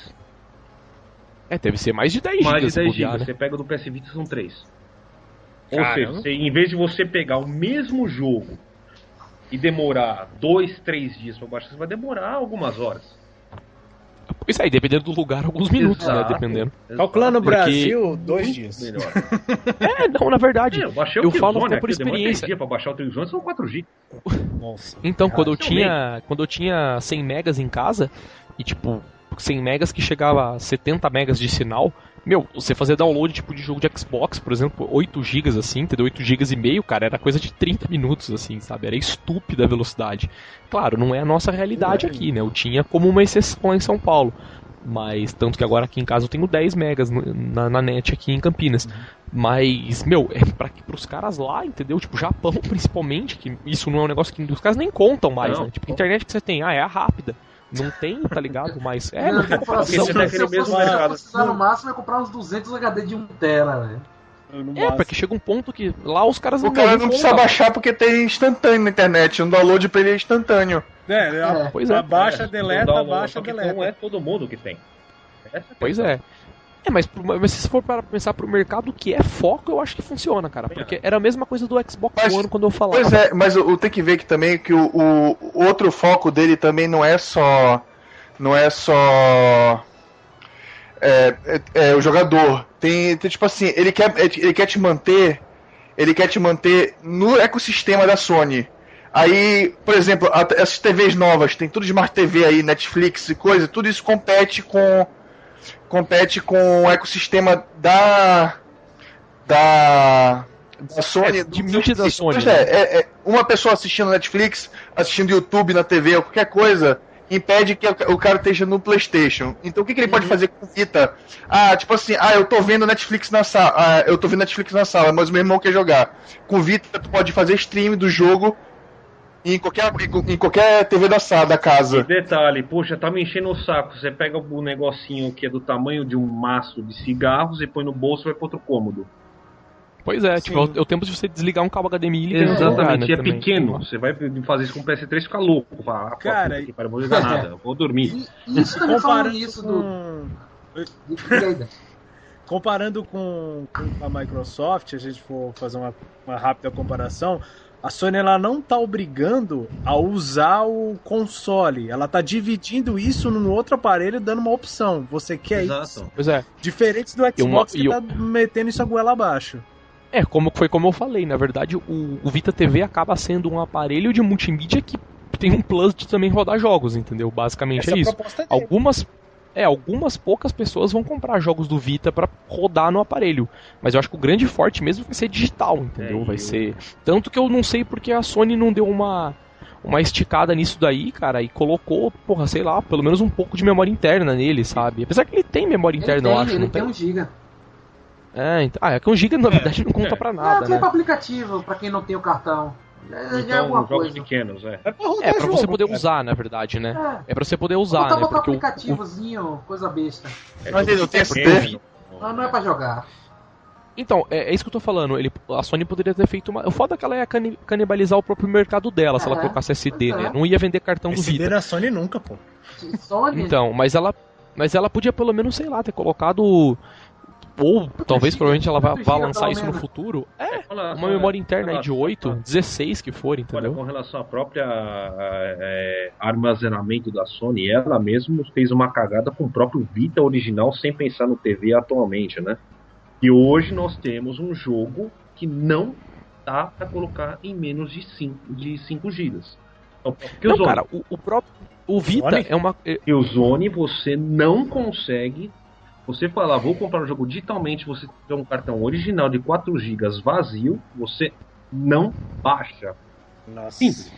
Deve ser mais de 10 GB. Mais de 10 GB. Né? Você pega do PS Vita, são 3. Ou seja, em vez de você pegar o mesmo jogo e demorar 2, 3 dias para baixar, você vai demorar algumas horas. Pois é, dependendo do lugar, alguns minutos, né? Dependendo. Calculando o Brasil, 2 dias. Melhor. Não, na verdade. Eu falo até por experiência. 3 dias para baixar o Killzone, são 4 GB. Nossa. Então, quando eu tinha 100 megas em casa, e tipo, 100 megas que chegava a 70 megas de sinal, você fazer download tipo de jogo de Xbox, por exemplo, 8 GB assim, entendeu? 8 GB e meio, cara, era coisa de 30 minutos assim, sabe? Era estúpida a velocidade. Claro, não é a nossa realidade aqui, né? Eu tinha como uma exceção lá em São Paulo. Mas, tanto que agora aqui em casa eu tenho 10 megas na net aqui em Campinas. Mas, pros caras lá, entendeu? Tipo, Japão principalmente, que isso não é um negócio que os caras nem contam mais, né? Tipo, a internet que você tem, é a rápida. Não tem, tá ligado? Mas não tem comparação. Se eu precisar no máximo é comprar uns 200 HD de 1 tera, velho. Porque chega um ponto que lá os caras não precisa baixar porque tem instantâneo na internet. Um download pra ele é instantâneo. Pois é. Abaixa, deleta, abaixa, deleta. Não é todo mundo que tem. Pois é. Mas se for para pensar pro mercado que é foco, eu acho que funciona, cara. Porque era a mesma coisa do Xbox One quando eu falava. Pois é, mas eu tenho que ver que também que o outro foco dele também não é só o jogador. Tem tipo assim, ele quer te manter no ecossistema da Sony. Aí, por exemplo, essas TVs novas, tem tudo de Smart TV aí, Netflix e coisa, tudo isso compete com o ecossistema da Sony. De mídia da Sony. Uma pessoa assistindo Netflix, assistindo YouTube na TV ou qualquer coisa, impede que o cara esteja no PlayStation. Então o que ele pode fazer com o Vita? Tipo assim, eu tô vendo Netflix na sala. Eu tô vendo Netflix na sala, mas o meu irmão quer jogar. Com o Vita, tu pode fazer stream do jogo em qualquer TV da casa. E detalhe, poxa, tá me enchendo o saco. Você pega o negocinho que é do tamanho de um maço de cigarros e põe no bolso e vai pro outro cômodo. Pois é, tipo, é o tempo de você desligar um cabo HDMI e ligar. Exatamente, é pequeno. Você vai fazer isso com o PS3 e fica louco. Cara, eu vou ligar nada, vou dormir. Isso também falando isso Comparando com a Microsoft, a gente for fazer uma rápida comparação, a Sony ela não tá obrigando a usar o console, ela tá dividindo isso num outro aparelho, dando uma opção. Você quer isso? Pois é. Diferente do Xbox que tá metendo isso a goela abaixo. Como eu falei, na verdade o Vita TV acaba sendo um aparelho de multimídia que tem um plus de também rodar jogos, entendeu? Basicamente é isso. algumas poucas pessoas vão comprar jogos do Vita pra rodar no aparelho. Mas eu acho que o grande forte mesmo vai ser digital, entendeu? Vai ser... Tanto que eu não sei porque a Sony não deu uma esticada nisso daí, cara, e colocou, porra, sei lá, pelo menos um pouco de memória interna nele, sabe? Apesar que ele tem memória interna, eu acho. Ele não tem 1 GB. É que 1 GB na verdade não conta pra nada, É né? para aplicativo, pra quem não tem o cartão. Já é alguma jogos coisa. pequenos, Pra você poder usar, na verdade, né? É pra você poder usar, Botar né? outro Porque aplicativozinho, coisa besta. Mas ele não tem SD? Não é pra jogar. Então, é isso que eu tô falando. A Sony poderia ter feito uma... O foda é que ela ia canibalizar o próprio mercado dela, se ela colocasse SD, né? Não ia vender cartão do SD Vita. da Sony nunca, pô. Sony? Então, mas ela podia pelo menos, sei lá, ter colocado... Ou talvez, provavelmente, ela vá lançar isso no futuro. Uma memória interna aí de 8, 16 que for, entendeu? Olha, com relação à própria armazenamento da Sony, ela mesma fez uma cagada com o próprio Vita original sem pensar no TV atualmente, né? E hoje nós temos um jogo que não dá para colocar em menos de 5 GB. Não, cara, o Vita Zone? é uma... E o Zone você não consegue... Você falar, vou comprar um jogo digitalmente, você tem um cartão original de 4 GB vazio, você não baixa. Nossa. Simples.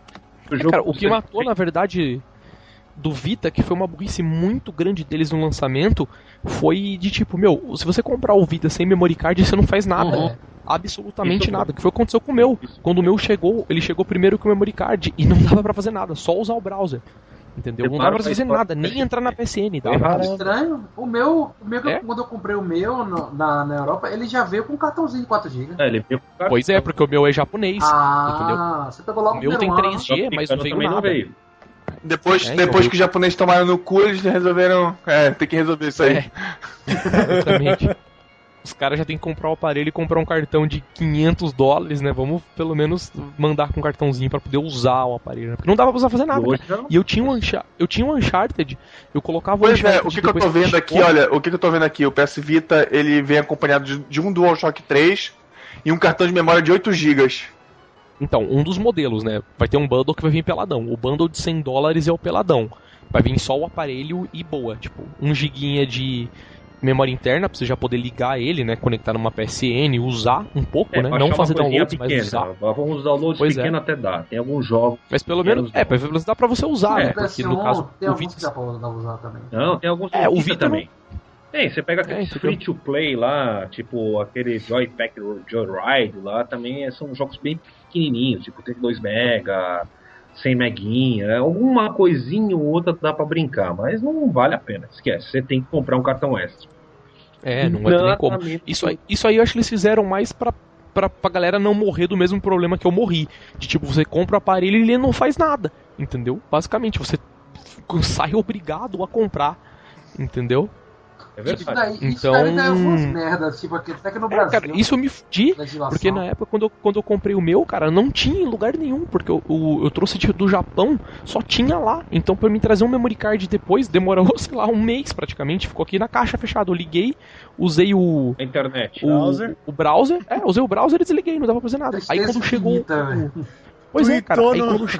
Cara, o que matou, na verdade, do Vita, que foi uma burrice muito grande deles no lançamento, foi de tipo, se você comprar o Vita sem memory card, você não faz nada. Absolutamente nada. Que foi o que aconteceu com o meu. Quando o meu chegou, ele chegou primeiro com o memory card e não dava pra fazer nada, só usar o browser. Entendeu? Não dava pra fazer nada, nem entrar na PSN. Dava. Estranho. O meu quando eu comprei o meu na Europa, ele já veio com um cartãozinho de 4 GB. Ele veio com cartão. Pois é, porque o meu é japonês. Entendeu? Você pegou logo o meu tem 3G, mas não veio nada. Não veio. Depois que os japoneses tomaram no cu, eles resolveram. Tem que resolver isso aí. Exatamente. Os caras já tem que comprar o aparelho e comprar um cartão de $500, né? Vamos pelo menos mandar com um cartãozinho pra poder usar o aparelho, né? Porque não dava pra usar fazer nada, cara. E eu tinha um Uncharted, eu colocava o Uncharted. O que eu tô vendo aqui, olha, o que eu tô vendo aqui, o PS Vita, ele vem acompanhado de um DualShock 3 e um cartão de memória de 8 GB. Então, um dos modelos, né? Vai ter um bundle que vai vir peladão. O bundle de $100 é o peladão. Vai vir só o aparelho e boa. Tipo, 1 GB de memória interna, pra você já poder ligar ele, né? Conectar numa PSN, usar um pouco, né? Não fazer downloads, mas usar. Vamos downloads pequenos até dá. Tem alguns jogos. Mas pelo menos, pelo menos dá pra você usar, né? Porque no caso, tem alguns que dá pra usar também. Não, tem alguns o Vita também. Tem, você pega aqueles free to play lá, tipo aquele Joypack Joyride lá, também são jogos bem pequenininhos, tipo 32 mega, 100 meguinha, alguma coisinha ou outra dá pra brincar, mas não vale a pena, esquece, você tem que comprar um cartão extra. Não vai ter nem como. Isso aí eu acho que eles fizeram mais pra galera não morrer do mesmo problema que eu morri. De tipo, você compra o aparelho e ele não faz nada, entendeu? Basicamente, você sai obrigado a comprar, entendeu? É verdade. Isso daí dá algumas merdas, tipo aqui, até que no Brasil. Cara, isso eu me fudi, porque na época quando eu comprei o meu, cara, não tinha em lugar nenhum, porque eu trouxe do Japão, só tinha lá. Então pra mim trazer um memory card depois, demorou, sei lá, 1 mês praticamente, ficou aqui na caixa fechada. Eu liguei, usei a internet. O browser, usei o browser e desliguei, não dava pra fazer nada. Aí quando chegou... Pois é, cara, aí quando...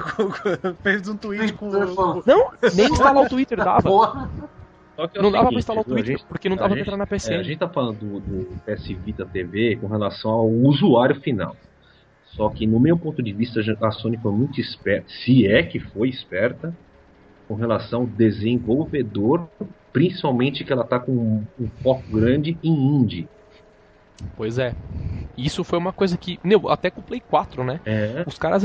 fez um tweet com... Não, nem instalar o Twitter dava. Não dava pra instalar o Twitter, porque não dava pra entrar na PSN. A gente tá falando do PS Vita TV com relação ao usuário final. Só que, no meu ponto de vista, a Sony foi muito esperta, se é que foi esperta, com relação ao desenvolvedor, principalmente que ela tá com um foco grande em indie. Pois é. Isso foi uma coisa que, até com o Play 4, né? Os caras,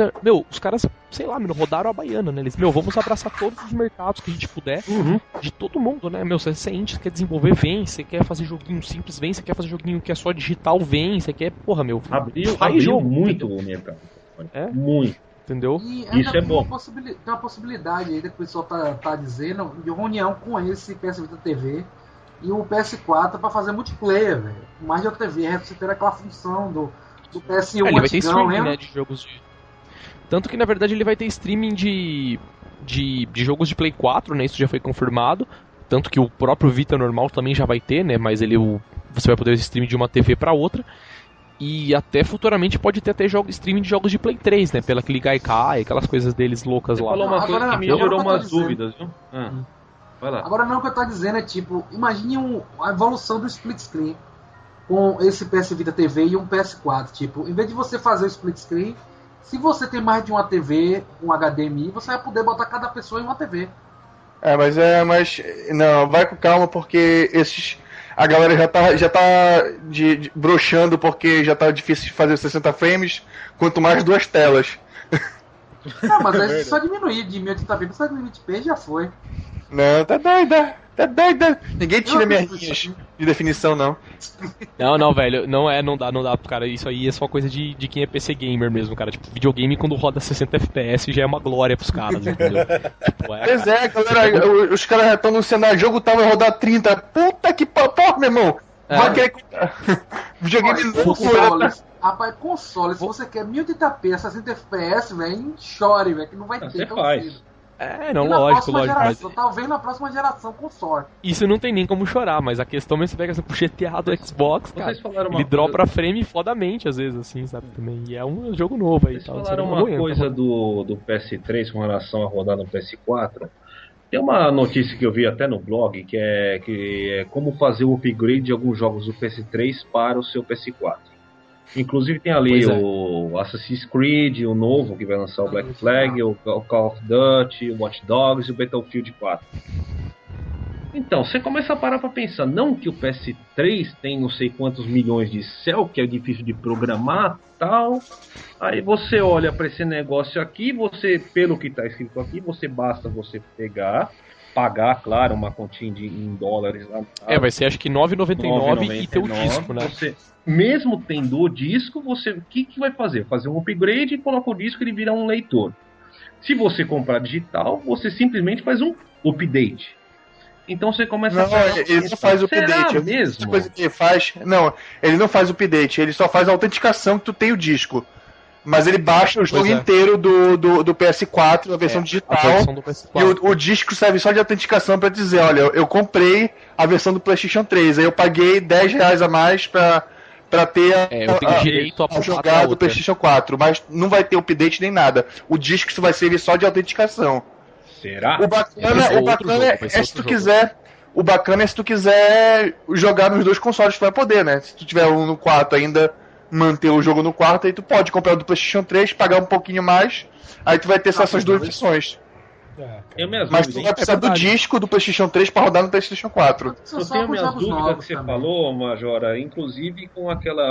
sei lá, rodaram a baiana, né? Eles, vamos abraçar todos os mercados que a gente puder, de todo mundo, né? Você é indie, você quer desenvolver, vem. Você quer fazer joguinho simples, vem. Você quer fazer joguinho que é só digital, vem. Você quer, abriu jogo, muito o mercado. Muito. Entendeu? E isso é bom. Tem uma possibilidade aí, que o pessoal tá dizendo, de uma união com esse PS Vita TV e o PS4 pra fazer multiplayer, velho. Mais de outra TV, você ter aquela função do PS1. Ele vai ter streaming, né, de jogos de... Tanto que, na verdade, ele vai ter streaming de jogos de Play 4, né, isso já foi confirmado. Tanto que o próprio Vita normal também já vai ter, né, mas você vai poder streaming de uma TV pra outra. E até futuramente pode ter até streaming de jogos de Play 3, né, pela aquele Gaikai, aquelas coisas deles loucas lá. Você falou uma coisa que me gerou umas dúvidas, viu? Vai lá. Agora não, o que eu tô dizendo é tipo, imagine a evolução do split screen com esse PS Vita TV e um PS4. Tipo, em vez de você fazer o split screen, se você tem mais de uma TV, um HDMI, você vai poder botar cada pessoa em uma TV. Mas não, vai com calma porque a galera já tá broxando porque já tá difícil de fazer 60 frames, quanto mais 2 telas. Não, mas aí só diminuir de 1080p para 1080p já foi. Não, tá doida. Ninguém tira minhas linhas de definição, não. Não, velho, não dá, cara. Isso aí é só coisa de quem é PC gamer mesmo, cara. Tipo, videogame quando roda 60 FPS já é uma glória pros caras, entendeu? Tipo, Pois é, galera, os caras já estão anunciando, o jogo vai rodar 30. Puta que porra, meu irmão. Vai querer videogame novo, Rapaz, console, se você quer 1080p a 60 FPS, velho, chore, velho, que não vai ter. Você faz. Lógico. Mas... Talvez na próxima geração console. Isso não tem nem como chorar, mas a questão é você pega essa GTA do Xbox, cara. Ele dropa frame fodamente, às vezes, assim, sabe, também. E é um jogo novo aí. Vocês falaram uma coisa do PS3 com relação a rodar no PS4. Tem uma notícia que eu vi até no blog, que é como fazer o upgrade de alguns jogos do PS3 para o seu PS4. Inclusive tem ali o Assassin's Creed, o novo que vai lançar o Black Flag, o Call of Duty, o Watch Dogs e o Battlefield 4. Então, você começa a parar pra pensar, não que o PS3 tem não sei quantos milhões de céu, que é difícil de programar, tal. Aí você olha pra esse negócio aqui, você, pelo que tá escrito aqui, basta você pegar, pagar, claro, uma continha em dólares lá. Vai ser acho que 9,99 e ter o disco, né? Você, mesmo tendo o disco, você o que vai fazer? Fazer um upgrade e coloca o disco e ele vira um leitor. Se você comprar digital, você simplesmente faz um update. Então você começa a falar, ele não faz o update. Mesmo? Coisa que ele faz, não, ele não faz o update, ele só faz a autenticação que tu tem o disco. Mas ele baixa o jogo inteiro do PS4, a versão digital. A versão do PS4. E o disco serve só de autenticação pra dizer, olha, eu comprei a versão do PlayStation 3, aí eu paguei R$10 a mais pra ter eu tenho direito a jogar do PlayStation 4, mas não vai ter update nem nada. O disco vai servir só de autenticação. Será? O bacana é se tu quiser. O bacana é se tu quiser jogar nos dois consoles, tu vai poder, né? Se tu tiver um no quarto ainda, manter o jogo no quarto, aí tu pode comprar o do PlayStation 3, pagar um pouquinho mais, aí tu vai ter essas duas versões. Mas tu vai precisar do disco do PlayStation 3 para rodar no PlayStation 4. Eu tenho minhas dúvidas que você falou, Majora, inclusive com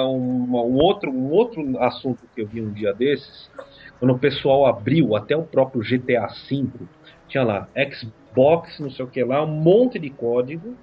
um outro assunto que eu vi um dia desses, quando o pessoal abriu até o próprio GTA V, tinha lá Xbox, não sei o que lá, um monte de código,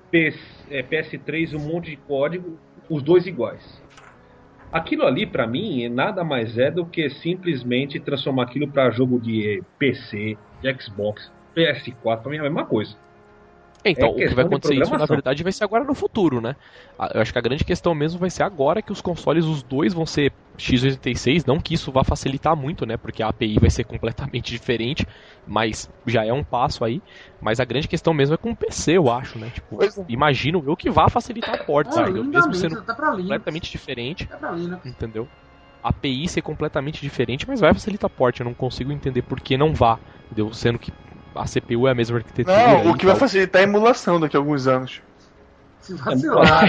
PS3, um monte de código, os dois iguais. Aquilo ali, pra mim, nada mais é do que simplesmente transformar aquilo pra jogo de PC, de Xbox, PS4, pra mim é a mesma coisa. Então, o que vai acontecer isso, na verdade, vai ser agora no futuro, né? Eu acho que a grande questão mesmo vai ser agora que os consoles, os dois vão ser x86, não que isso vá facilitar muito, né? Porque a API vai ser completamente diferente, mas já é um passo aí. Mas a grande questão mesmo é com o PC, eu acho, né? Tipo, imagino eu que vá facilitar ports, mesmo sendo completamente diferente, entendeu? A API ser completamente diferente, mas vai facilitar port, eu não consigo entender por que não vá, entendeu? Sendo que a CPU é a mesma arquitetura. Não, o que vai facilitar é a emulação daqui a alguns anos. Se vacilar.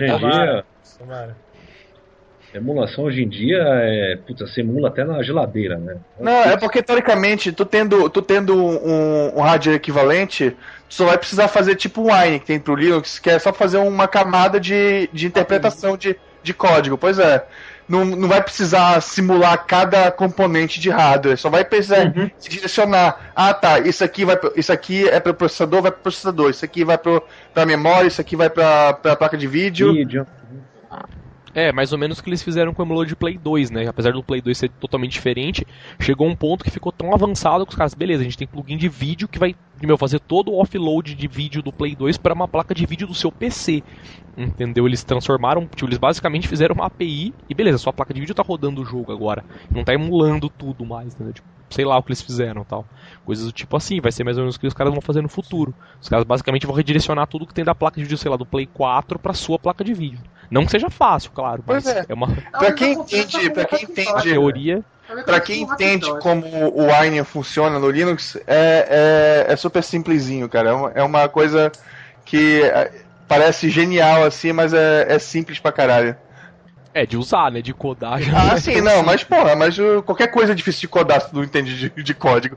Emulação hoje em dia você emula até na geladeira, né? Não, é porque teoricamente, tu tendo um hardware equivalente, tu só vai precisar fazer tipo um Wine que tem pro Linux, que é só fazer uma camada de interpretação de código. Pois é. Não vai precisar simular cada componente de hardware, só vai precisar se direcionar. Ah, tá, isso aqui é para o processador, vai para o processador, isso aqui vai para a memória, isso aqui vai para a placa de vídeo. É, mais ou menos o que eles fizeram com o emulador de Play 2, né? Apesar do Play 2 ser totalmente diferente, chegou um ponto que ficou tão avançado que os caras, beleza, a gente tem plugin de vídeo que vai fazer todo o offload de vídeo do Play 2 para uma placa de vídeo do seu PC. Entendeu? Eles transformaram, eles basicamente fizeram uma API e beleza, sua placa de vídeo tá rodando o jogo agora. Não tá emulando tudo mais, entendeu? Tipo, sei lá o que eles fizeram, tal. Coisas do tipo assim, vai ser mais ou menos o que os caras vão fazer no futuro. Os caras basicamente vão redirecionar tudo que tem da placa de vídeo, sei lá, do Play 4 pra sua placa de vídeo. Não que seja fácil, claro, mas Pois é. é uma Pra quem entende, teoria. Pra quem entende como o Wine funciona no Linux, é super simplesinho, cara. É uma coisa que parece genial assim, mas é simples pra caralho. É, de usar, né? De codar já. Ah, sim, não, mas porra, qualquer coisa é difícil de codar se tu não entende de código.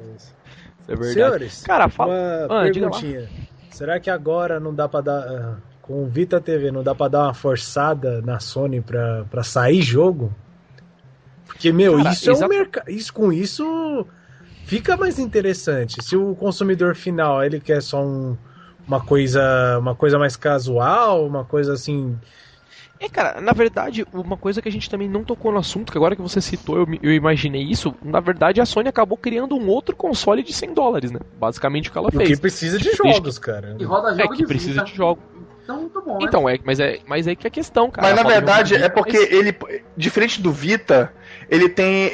É verdade. Senhores, Cara, fala. uma Diga lá. perguntinha. Será que agora não dá pra dar. Com o Vita TV, não dá pra dar uma forçada na Sony pra sair jogo? Porque, meu, Cara, isso é um mercado. Com isso fica mais interessante. Se o consumidor final ele quer só uma coisa mais casual, uma coisa assim. Cara, na verdade, uma coisa que a gente também não tocou no assunto, que agora que você citou, eu imaginei isso, na verdade a Sony acabou criando um outro console de $100, né? Basicamente o que ela fez. Que precisa de jogos, cara. E roda jogo que precisa de jogo. Então, muito bom, Então, né? mas é que é a questão, cara. Mas na verdade é porque ele, diferente do Vita, ele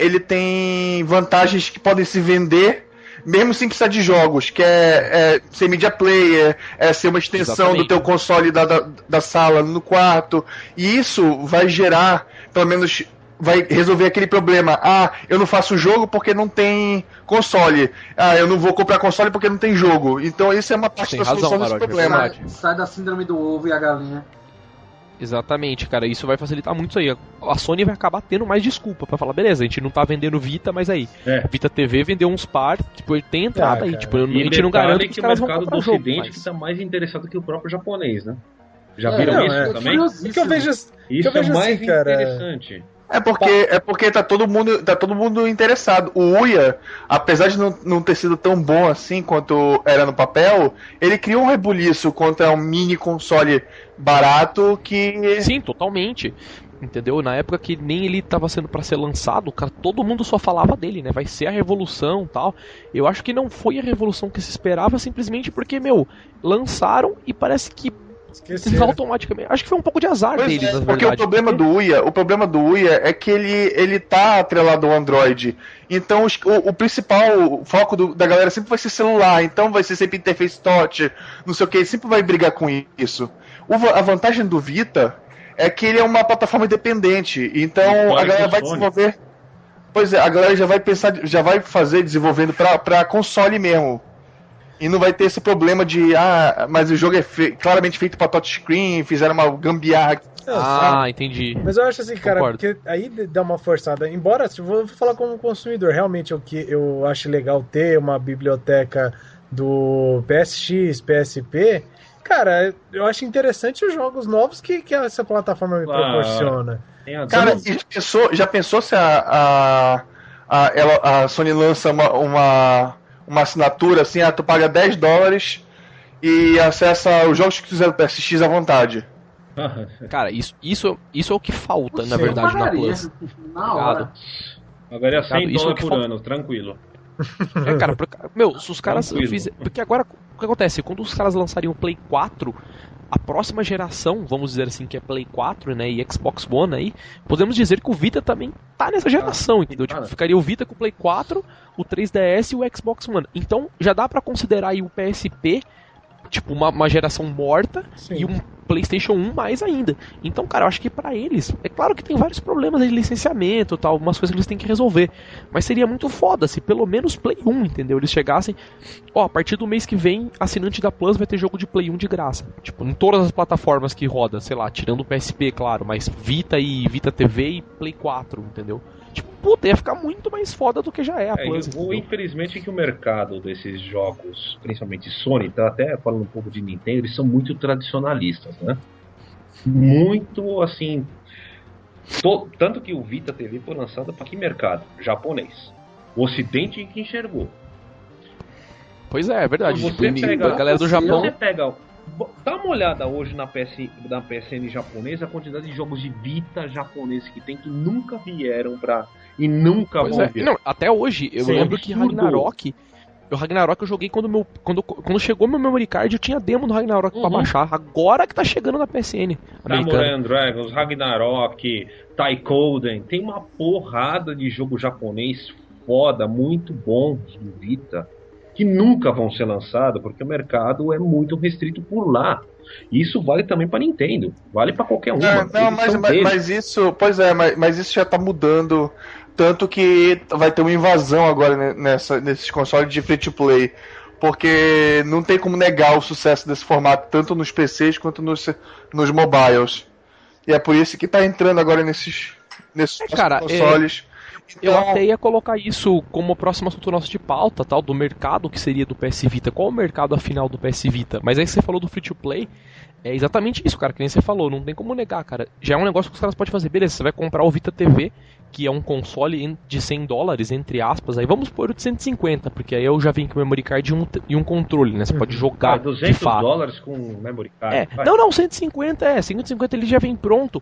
tem vantagens que podem se vender mesmo sem precisar de jogos, que é ser media player, é ser uma extensão do teu console da sala no quarto, e isso vai gerar, pelo menos vai resolver aquele problema. Ah, eu não faço jogo porque não tem console. Ah, eu não vou comprar console porque não tem jogo. Então isso é uma parte da solução desse problema. Sai da síndrome do ovo e a galinha. Exatamente, cara, isso vai facilitar muito isso aí. A Sony vai acabar tendo mais desculpa pra falar, beleza, a gente não tá vendendo Vita, mas aí, Vita TV vendeu uns par, tipo, tem entrada aí, tipo, a gente não garante que os caras vão comprar do jogo. Ocidente Mas... tá mais interessado que o próprio japonês, né? Já viram isso também? Porque eu vejo Isso é mais assim, cara. interessante. É porque tá todo mundo interessado. O Uia, apesar de não ter sido tão bom assim quanto era no papel, ele criou um rebuliço contra um mini console barato que... Sim, totalmente. Entendeu? Na época que nem ele tava sendo pra ser lançado, cara, todo mundo só falava dele, né? Vai ser a revolução, tal. Eu acho que não foi a revolução que se esperava, simplesmente porque, lançaram e parece que automaticamente. Acho que foi um pouco de azar deles, na verdade. Porque o problema do Uia é que ele tá atrelado ao Android. Então o principal foco da galera sempre vai ser celular. Então vai ser sempre interface touch, não sei o que, sempre vai brigar com isso. A vantagem do Vita é que ele é uma plataforma independente. Então a galera vai desenvolver. Pois é, a galera já vai fazer desenvolvendo pra console mesmo. E não vai ter esse problema de, mas o jogo é claramente feito pra touchscreen, fizeram uma gambiarra. Entendi. Mas eu acho assim, cara, Concordo. porque aí dá uma forçada. Embora, vou falar como consumidor, realmente eu acho legal ter uma biblioteca do PSX, PSP. Cara, eu acho interessante os jogos novos que essa plataforma me proporciona. Cara, já pensou se a Sony lança uma assinatura assim, tu paga $10 e acessa os jogos que quiser do PSX à vontade. Cara, isso é o que falta, na verdade, na Plus. Na hora. Agora é $100 por falta... ano, tranquilo. Cara, se os caras fizerem... Porque agora, o que acontece? Quando os caras lançariam o Play 4, a próxima geração, vamos dizer assim, que é Play 4, né, e Xbox One aí, podemos dizer que o Vita também tá nessa geração, entendeu? Tipo, ficaria o Vita com o Play 4, o 3DS e o Xbox One. Então, já dá pra considerar aí o PSP, tipo, uma geração morta. Sim. E um PlayStation 1 mais ainda. Então, cara, eu acho que pra eles, é claro que tem vários problemas de licenciamento, tal, algumas coisas que eles têm que resolver, mas seria muito foda se pelo menos Play 1, entendeu? Eles chegassem, a partir do mês que vem, assinante da Plus vai ter jogo de Play 1 de graça. Tipo, em todas as plataformas que roda, sei lá, tirando o PSP, claro, mas Vita e Vita TV e Play 4, entendeu? Tipo, puta, ia ficar muito mais foda do que já é a Plus. Infelizmente que o mercado desses jogos, principalmente Sony, tá até falando um pouco de Nintendo, eles são muito tradicionalistas, né? Muito, assim... Tanto que o Vita TV foi lançado para que mercado? Japonês. O Ocidente que enxergou. Pois é verdade. Você pega, a galera do Japão... Você pega... Dá uma olhada hoje na PSN japonesa, a quantidade de jogos de Vita japonês que tem, que nunca vieram pra... E nunca vão vir. Não, até hoje, eu lembro que Ragnarok... O Ragnarok eu joguei quando chegou meu memory card, eu tinha demo do Ragnarok pra baixar. Agora que tá chegando na PSN. Samurai Dragons, Ragnarok, Taikoden, tem uma porrada de jogo japonês foda, muito bom do Vita. que nunca vão ser lançados, porque o mercado é muito restrito por lá. E isso vale também para Nintendo, vale para qualquer um. Mas isso, pois é, mas isso já tá mudando, tanto que vai ter uma invasão agora nesses consoles de free to play, porque não tem como negar o sucesso desse formato, tanto nos PCs quanto nos mobiles. E é por isso que tá entrando agora nesses consoles. Eu até ia colocar isso como próximo assunto nosso de pauta, tal, do mercado que seria do PS Vita. Qual é o mercado afinal do PS Vita? Mas aí você falou do free to play, é exatamente isso, cara, que nem você falou, não tem como negar, cara. Já é um negócio que os caras podem fazer, beleza, você vai comprar o Vita TV, que é um console de $100, entre aspas, aí vamos pôr o de 150, porque aí eu já vim com o memory card e um controle, né, você pode jogar de fato. $200 com memory card. Não, 150 150 ele já vem pronto.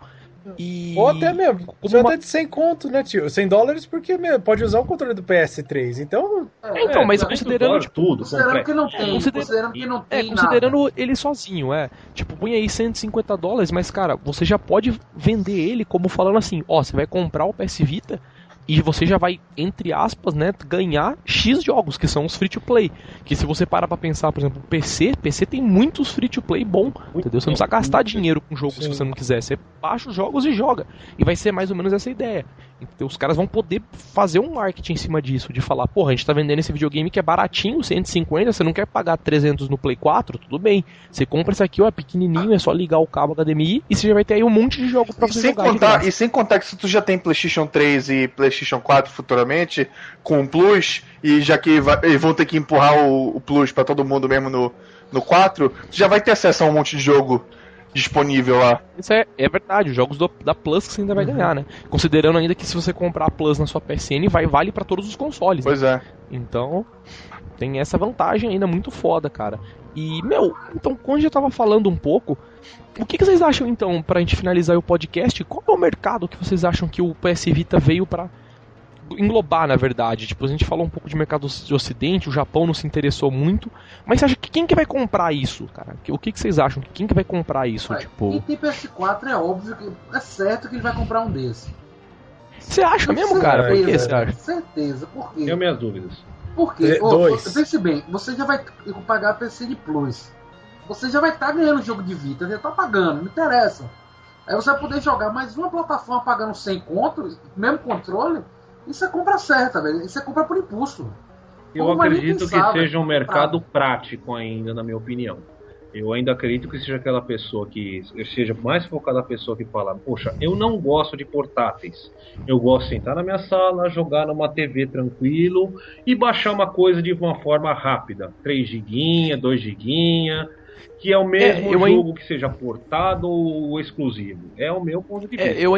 Ou até mesmo, até de 100 conto, né, tio? $100 porque pode usar o controle do PS3, então... mas considerando tudo, considerando que não tem, considerando ele sozinho, tipo, põe aí $150, mas cara, você já pode vender ele como falando assim, você vai comprar o PS Vita e você já vai, entre aspas, né, ganhar X jogos, que são os free-to-play. Que se você parar pra pensar, por exemplo, PC tem muitos free-to-play bom, entendeu? Você não precisa gastar dinheiro com jogo se você não quiser. Você baixa os jogos e joga. E vai ser mais ou menos essa ideia. Então os caras vão poder fazer um marketing em cima disso, de falar, porra, a gente tá vendendo esse videogame que é baratinho, 150, você não quer pagar 300 no Play 4? Tudo bem. Você compra esse aqui, pequenininho, é só ligar o cabo HDMI e você já vai ter aí um monte de jogo pra você jogar. E sem contar que se tu já tem PlayStation 3 e PlayStation 4 futuramente, com o Plus, e já que vão ter que empurrar o Plus pra todo mundo mesmo no 4, tu já vai ter acesso a um monte de jogo disponível lá. Isso é verdade, os jogos da Plus que você ainda vai ganhar, né? Considerando ainda que se você comprar a Plus na sua PSN, vale pra todos os consoles. Pois é. Então, tem essa vantagem ainda muito foda, cara. E, então, quando eu já tava falando um pouco, o que vocês acham, então, pra gente finalizar o podcast, qual é o mercado que vocês acham que o PS Vita veio pra englobar, na verdade? Tipo, a gente falou um pouco de mercado do Ocidente, o Japão não se interessou muito, mas você acha que quem que vai comprar isso, cara? O que vocês acham? Quem que vai comprar isso? Quem tem PS4 é óbvio que é certo que ele vai comprar um desse. Você acha mesmo, cara? Por que você acha? Certeza, por quê? Tenho minhas dúvidas. Por quê? Pense bem, você já vai pagar PSN Plus. Você já vai estar ganhando jogo de Vita, já tá pagando, não interessa. Aí você vai poder jogar mais uma plataforma pagando 100 conto, mesmo controle. Isso é compra certa, velho. Isso é compra por impulso. Eu acredito que seja um mercado prático ainda, na minha opinião. Eu ainda acredito que seja aquela pessoa que seja mais focada a pessoa que fala, poxa, eu não gosto de portáteis. Eu gosto de sentar na minha sala, jogar numa TV tranquilo e baixar uma coisa de uma forma rápida. 3 GB, 2 GB, que é o mesmo jogo que seja portado ou exclusivo. É o meu ponto de vista. Eu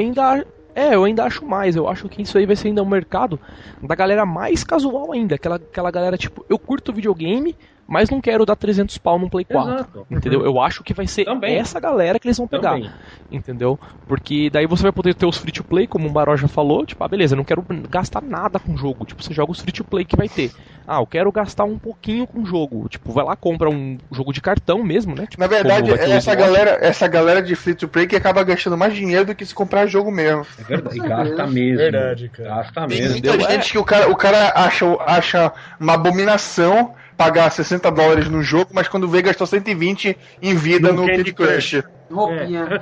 ainda acho mais. Eu acho que isso aí vai ser ainda um mercado da galera mais casual ainda. Aquela galera, tipo, eu curto videogame, mas não quero dar 300 pau num Play 4. Exato. Entendeu? Eu acho que vai ser essa galera que eles vão pegar. Entendeu? Porque daí você vai poder ter os free to play, como o Baró já falou. Tipo, beleza, eu não quero gastar nada com o jogo. Tipo, você joga os free to play que vai ter. Eu quero gastar um pouquinho com o jogo. Tipo, vai lá, compra um jogo de cartão mesmo, né? Tipo, na verdade, essa galera de free to play que acaba gastando mais dinheiro do que se comprar jogo mesmo. É verdade, gasta mesmo. Verdade, cara. Gasta Tem mesmo. muita gente que o cara acha uma abominação pagar $60 no jogo, mas quando vê gastou 120 em vida no Candy Crush. Roupinha.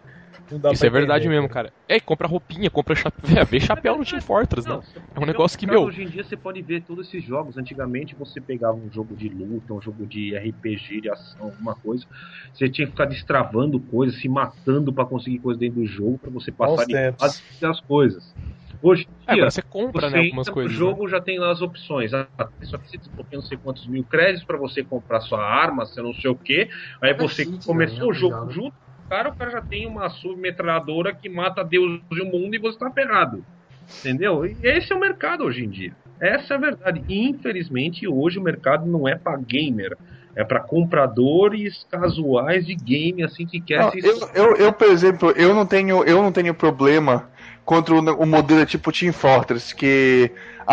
Isso é verdade mesmo, cara. Compra roupinha, compra chapéu. Vê chapéu no Team Fortress, né? É um negócio que, hoje em dia você pode ver todos esses jogos. Antigamente você pegava um jogo de luta, um jogo de RPG, de ação, alguma coisa. Você tinha que ficar destravando coisas, se matando pra conseguir coisa dentro do jogo, pra você passar de fase as coisas. Hoje em dia, você compra, né, algumas coisas. O jogo já tem lá as opções. Só que você desbloqueia não sei quantos mil créditos pra você comprar sua arma, você não sei o que. Aí você começou o jogo junto. O cara já tem uma submetralhadora que mata Deus e o mundo e você tá ferrado. Entendeu? E esse é o mercado hoje em dia. Essa é a verdade. E, infelizmente, hoje o mercado não é pra gamer. É pra compradores casuais de game, assim, que quer se... Eu, por exemplo, eu não tenho problema contra o modelo tipo Team Fortress, que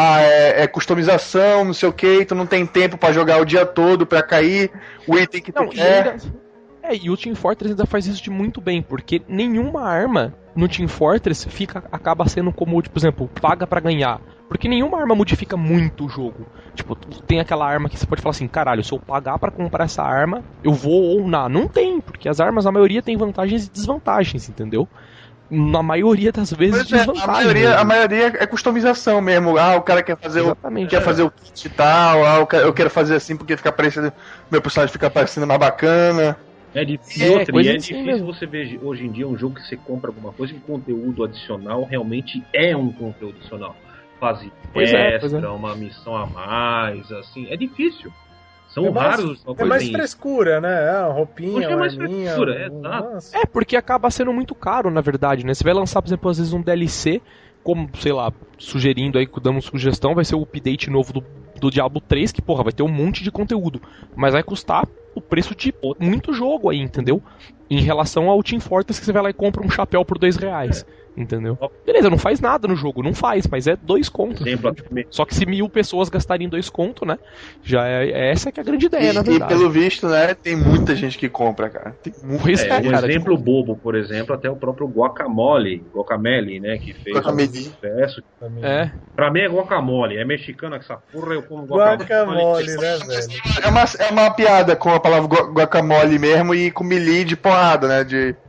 é customização, não sei o que, tu não tem tempo pra jogar o dia todo, pra cair o item que tu quer. E o Team Fortress ainda faz isso de muito bem, porque nenhuma arma no Team Fortress acaba sendo como, por exemplo, paga pra ganhar. Porque nenhuma arma modifica muito o jogo. Tipo, tem aquela arma que você pode falar assim, caralho, se eu pagar pra comprar essa arma, eu vou ou não. Não tem, porque as armas, a maioria tem vantagens e desvantagens, entendeu? Na maioria das vezes, desvantagens. A maioria é customização mesmo. O cara quer fazer fazer o kit e tal. Eu quero fazer assim porque fica parecendo, meu personagem fica parecendo mais bacana. É difícil você ver hoje em dia um jogo que você compra alguma coisa e um conteúdo adicional realmente é um conteúdo adicional. Fase extra, uma missão a mais, assim, é difícil. São raros. É mais frescura, né? Roupinha, hoje é mais frescura, exato. Porque acaba sendo muito caro, na verdade, né? Você vai lançar, por exemplo, às vezes um DLC, como, sei lá, sugerindo aí, dando sugestão, vai ser o update novo do Diablo 3, que, porra, vai ter um monte de conteúdo. Mas vai custar o preço de muito jogo aí, entendeu? Em relação ao Team Fortress, que você vai lá e compra um chapéu por R$2. Entendeu? Beleza, não faz nada no jogo, não faz, mas é 2 contos. Só que se 1000 pessoas gastarem 2 contos, né? Já essa que é a grande ideia, na verdade. E pelo visto, né, tem muita gente que compra, cara. Tem cara, exemplo bobo, por exemplo, até o próprio Guacamole, né, que fez um sucesso. Pra mim é guacamole, é mexicano essa porra, eu como guacamole, né, velho? É uma piada com a palavra guacamole mesmo e com melee de porrada, né,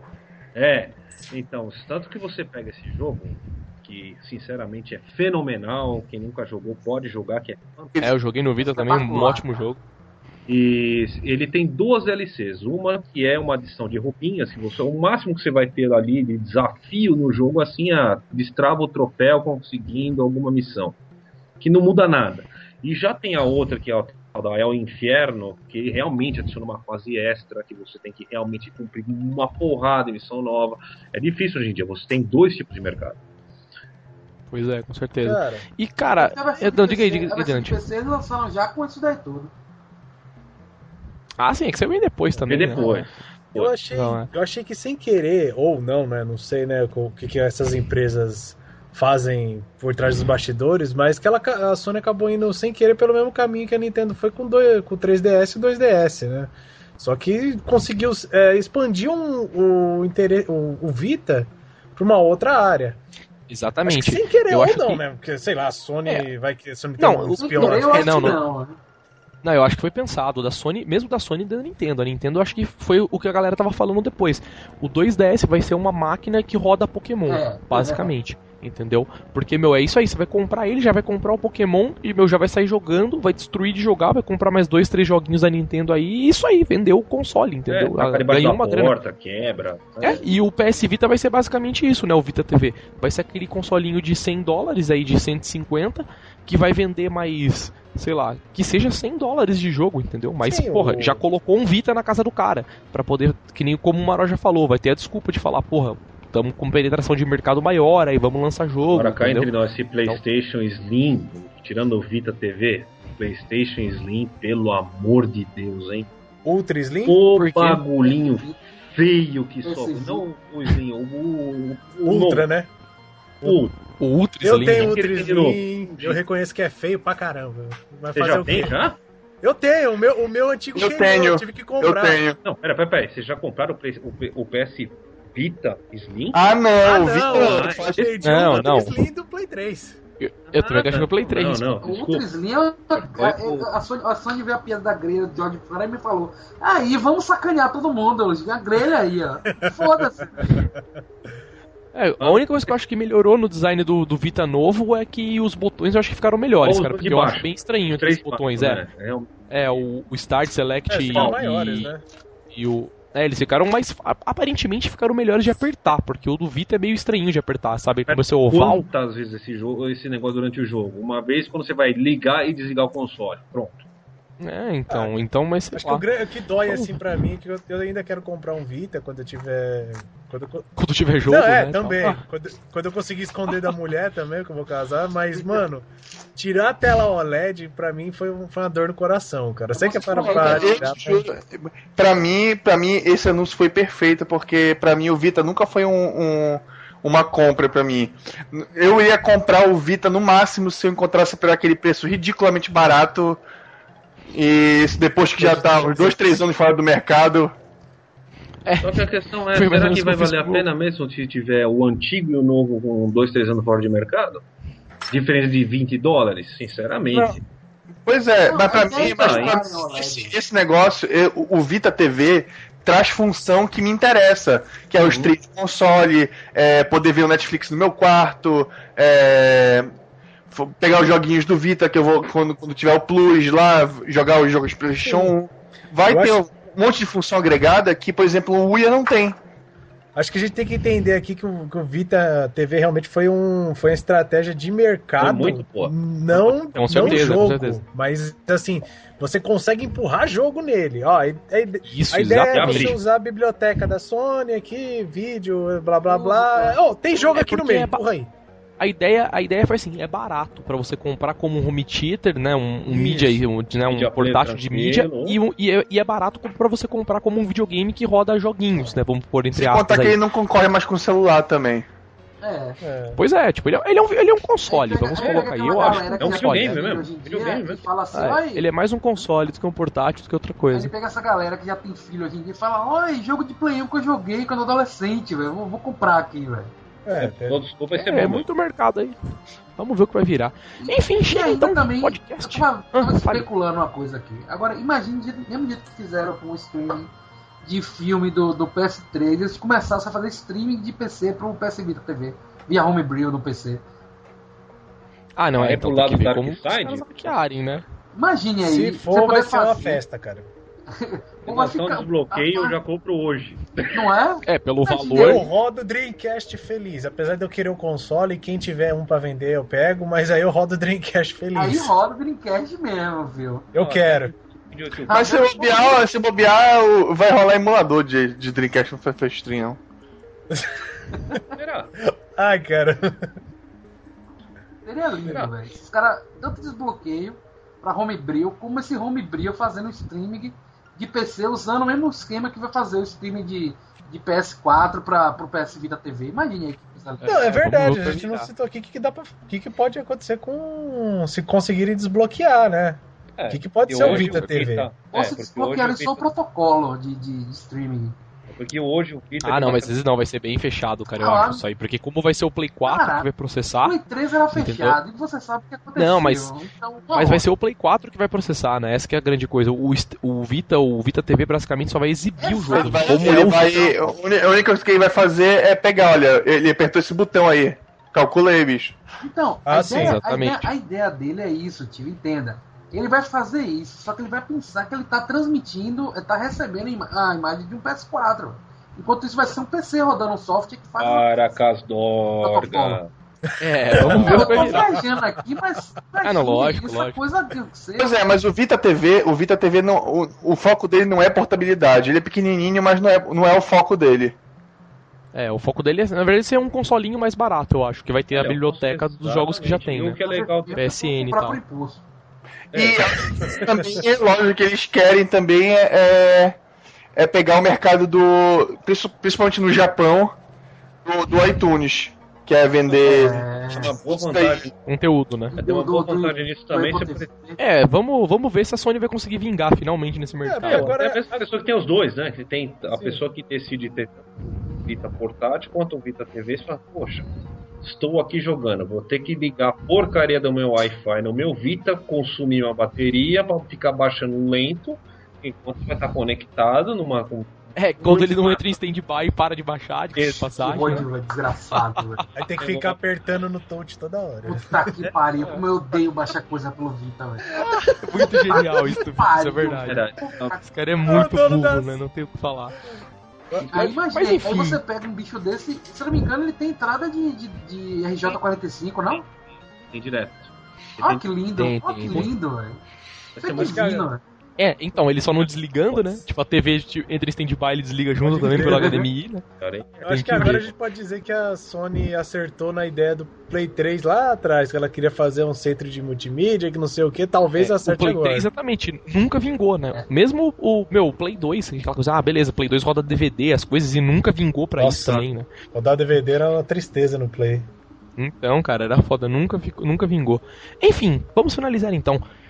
Então, tanto que você pega esse jogo, que sinceramente é fenomenal, quem nunca jogou pode jogar, que é fantástico. Eu joguei no Vita também, um ótimo jogo. E ele tem 2 DLCs, uma que é uma adição de roupinhas, que você, o máximo que você vai ter ali de desafio no jogo, assim, destrava o troféu conseguindo alguma missão, que não muda nada. E já tem a outra, que é o Inferno, que realmente adiciona uma fase extra, que você tem que realmente cumprir uma porrada de missão nova. É difícil hoje em dia, você tem 2 tipos de mercado. Pois é, com certeza. E cara, diga aí, adiante. Os PCs lançaram já com isso daí tudo. Ah, sim, é que você vem depois também. Depois. Né? Eu achei que sem querer, ou não, né? Não sei, né, o que essas empresas fazem por trás dos bastidores, mas que a Sony acabou indo sem querer pelo mesmo caminho que a Nintendo foi com o 3DS e o 2DS, né? Só que conseguiu expandir o Vita para uma outra área. Exatamente. Acho que sem querer ou não, né? Porque, sei lá, a Sony vai que Sony tem um espionagem. Não, eu acho que foi pensado da Sony, mesmo da Sony e da Nintendo. A Nintendo, eu acho que foi o que a galera tava falando depois. O 2DS vai ser uma máquina que roda Pokémon, basicamente. Entendeu? Porque, é isso aí. Você vai comprar ele, já vai comprar o Pokémon e, já vai sair jogando, vai destruir de jogar, vai comprar mais 2, 3 joguinhos da Nintendo aí e isso aí, vendeu o console, entendeu? Ganhou uma porta, quebra. E o PS Vita vai ser basicamente isso, né? O Vita TV. Vai ser aquele consolinho de $100 aí, de 150, que vai vender mais, sei lá, que seja $100 de jogo, entendeu? Mas, já colocou um Vita na casa do cara, pra poder, que nem como o Maró já falou, vai ter a desculpa de falar, estamos com penetração de mercado maior, aí vamos lançar jogo. Agora cá entre nós, esse PlayStation Slim, tirando o Vita TV, PlayStation Slim, pelo amor de Deus, hein? Ultra Slim? O bagulhinho feio que só. Não o Slim, o Ultra, né? O Ultra Slim. Eu tenho Ultra Slim, eu reconheço que é feio pra caramba. Vai fazer já o quê? Já? Eu tenho, o meu antigo eu tive que comprar. Eu tenho. Não, peraí, vocês já compraram o PS Vita Slim? Não, Vita não. Slim do Play 3. Eu também acho que no Play 3. Não, o Ultra Slim, a Sony veio a piada da grelha do George Fry e me falou: aí, vamos sacanear todo mundo hoje, a grelha aí, ó. Foda-se. A única coisa que eu acho que melhorou no design do Vita novo é que os botões eu acho que ficaram melhores, cara. Porque eu acho bem estranho aqueles botões, o Start, Select maiores, né? E o. Eles ficaram mais. Aparentemente ficaram melhores de apertar, porque o do Vita é meio estranho de apertar, sabe? Como você oval. Quantas vezes esse negócio durante o jogo? Uma vez quando você vai ligar e desligar o console. Pronto. Mas acho que o que dói assim pra mim é que eu ainda quero comprar um Vita quando eu tiver. Quando tiver jogo, né? Também. Quando eu conseguir esconder da mulher também, que eu vou casar, mas, mano, tirar a tela OLED pra mim foi uma dor no coração, cara. Sei que é para pra mim, esse anúncio foi perfeito, porque pra mim o Vita nunca foi uma compra pra mim. Eu ia comprar o Vita no máximo se eu encontrasse por aquele preço ridiculamente barato. E depois que já tá uns 2, 3 anos fora do mercado. Só que a questão é, será que vai valer a pena mesmo se tiver o antigo e o novo com 2, 3 anos fora de mercado? diferença de $20, sinceramente. Não. Pois é, Não, mas pra é mim, $10 esse negócio, o Vita TV traz função que me interessa, que é o stream de console, poder ver o Netflix no meu quarto, pegar os joguinhos do Vita que eu vou, quando tiver o Plus lá, jogar os jogos de PlayStation 1. Vai ter um monte de função agregada que, por exemplo, o Uia não tem. Acho que a gente tem que entender aqui que o Vita TV realmente foi uma estratégia de mercado. Foi muito boa. Não, Com certeza, não jogo, com certeza. mas assim, você consegue empurrar jogo nele. Ó, Isso, a ideia é exatamente. você usar a biblioteca da Sony aqui, vídeo, blá blá blá. Oh, tem jogo aqui no porque meio, empurra aí. A ideia foi assim, é barato pra você comprar como um home theater, né, um mídia, um Media portátil de mídia, tranquilo. e é barato pra você comprar como um videogame que roda joguinhos, né, vamos pôr entre Sem aspas contar que aí. ele não concorre mais com o celular também. Pois é, tipo, ele é um console, vamos colocar aí, eu acho. É um videogame mesmo. Videogame mesmo. Fala assim, "Oi", Ele é mais um console do que um portátil, do que outra aí coisa. ele pega essa galera que já tem filho hoje em dia e fala, oi, jogo de Play 1 que eu joguei quando adolescente, velho. Vou comprar aqui, velho. Desculpa, vai ser É bom. muito mercado aí. Vamos ver o que vai virar. Enfim, E chega ainda então também, podcast. eu tava Fale. especulando uma coisa aqui. Agora, imagine, do mesmo jeito que fizeram com o streaming de filme do PS3, eles começassem a fazer streaming de PC pro PS Vita TV, via Homebrew no PC. Ah, não, Aí então pro tem lado que ver do como os Dark Side? caras hackearem, né? Imagine aí. Se você for, vai poder ser uma fazer. festa, cara. Relação de desbloqueio eu já compro hoje. Não é? É, pelo Imagina, valor. Eu rodo o Dreamcast feliz. Apesar de eu querer o console, e quem tiver um pra vender eu pego, mas aí eu rodo o Dreamcast Aí feliz. roda o Dreamcast mesmo, viu? Eu quero. Mas se bobear, vai rolar emulador de Dreamcast no FF Stream, não. Será? Ai, cara. Seria lindo, velho. Os caras, tanto desbloqueio pra Homebrew, como esse Homebrew fazendo streaming de PC, usando o mesmo esquema que vai fazer o streaming de PS4 pro PS Vita TV. Imagine aí que coisa linda. Não, é verdade. vamos A gente não terminar. citou aqui o que pode acontecer com se conseguirem desbloquear, né? O que pode ser o Vita TV? Ou se desbloquearem só o protocolo de streaming. Porque hoje o Vita... Ah, não, mas vezes não, vai ser bem fechado, cara, eu Ah, acho isso aí. Porque como vai ser o Play 4 Caraca, que vai processar, Play 3 era fechado e você sabe o que aconteceu. Não, mas Então, vai ser o Play 4 que vai processar, né? Essa que é a grande coisa. O Vita TV basicamente só vai exibir o jogo. Como é o A única coisa que ele vai fazer é pegar, olha, ele apertou esse botão aí. Calcula aí, bicho. Então, sim, exatamente. a ideia dele é isso, tio, entenda. Ele vai fazer isso, só que ele vai pensar que ele tá transmitindo, tá recebendo a imagem de um PS4. Enquanto isso vai ser um PC rodando um software que faz... Paracasdorga. vamos ver o Eu que vai tô virar. viajando aqui, mas... não, lógico, essa lógico. coisa que você... Pois é, mas o Vita TV não, o foco dele não é portabilidade. Ele é pequenininho, mas não é o foco dele. O foco dele é, na verdade, ser um consolinho mais barato, eu acho. Que vai ter a biblioteca dos jogos que já tem, E né? o que é legal do PSN e comprar tal. por impulso. E também, lógico, que eles querem também é pegar o mercado principalmente no Japão, do iTunes, que é vender... uma boa vantagem. Conteúdo, né? Tem uma boa vantagem nisso também. Você poder... Vamos ver se a Sony vai conseguir vingar finalmente nesse mercado. agora- É a pessoa que tem os dois, né? Que tem a pessoa que decide ter Vita portátil quanto o Vita TV. Você fala, poxa, estou aqui jogando, vou ter que ligar a porcaria do meu Wi-Fi no meu Vita, consumir uma bateria para ficar baixando lento, enquanto vai estar conectado numa... Quando ele não entra em stand-by e para de baixar, de passagem. Que ódio, velho, desgraçado, velho. Aí tem que ficar apertando no touch toda hora. Puta que pariu, como eu odeio baixar coisa pelo Vita, velho. Muito genial isso, isso é verdade. Verdade. Esse cara é muito Não, burro, não. né? Não tem o que falar. Aí imagina, Mas enfim. aí você pega um bicho desse, se não me engano, ele tem entrada de RJ45, não? Tem direto. Olha que lindo, tem, olha que tem. lindo, velho. Isso é mais divino, velho. Então, ele só não desligando, né? Tipo, a TV entra em stand-by e ele desliga junto também pelo HDMI, né? Cara, hein? Eu acho que que agora ver. a gente pode dizer que a Sony acertou na ideia do Play 3 lá atrás, que ela queria fazer um centro de multimídia, que não sei o que, talvez O acerte Play agora. 3, exatamente, nunca vingou, né? Mesmo o Play 2, aquela coisa, beleza, Play 2 roda DVD, as coisas, e nunca vingou pra isso Nossa. também, né? Rodar DVD era uma tristeza no Play. Então, cara, era foda, nunca vingou. Enfim, vamos finalizar então.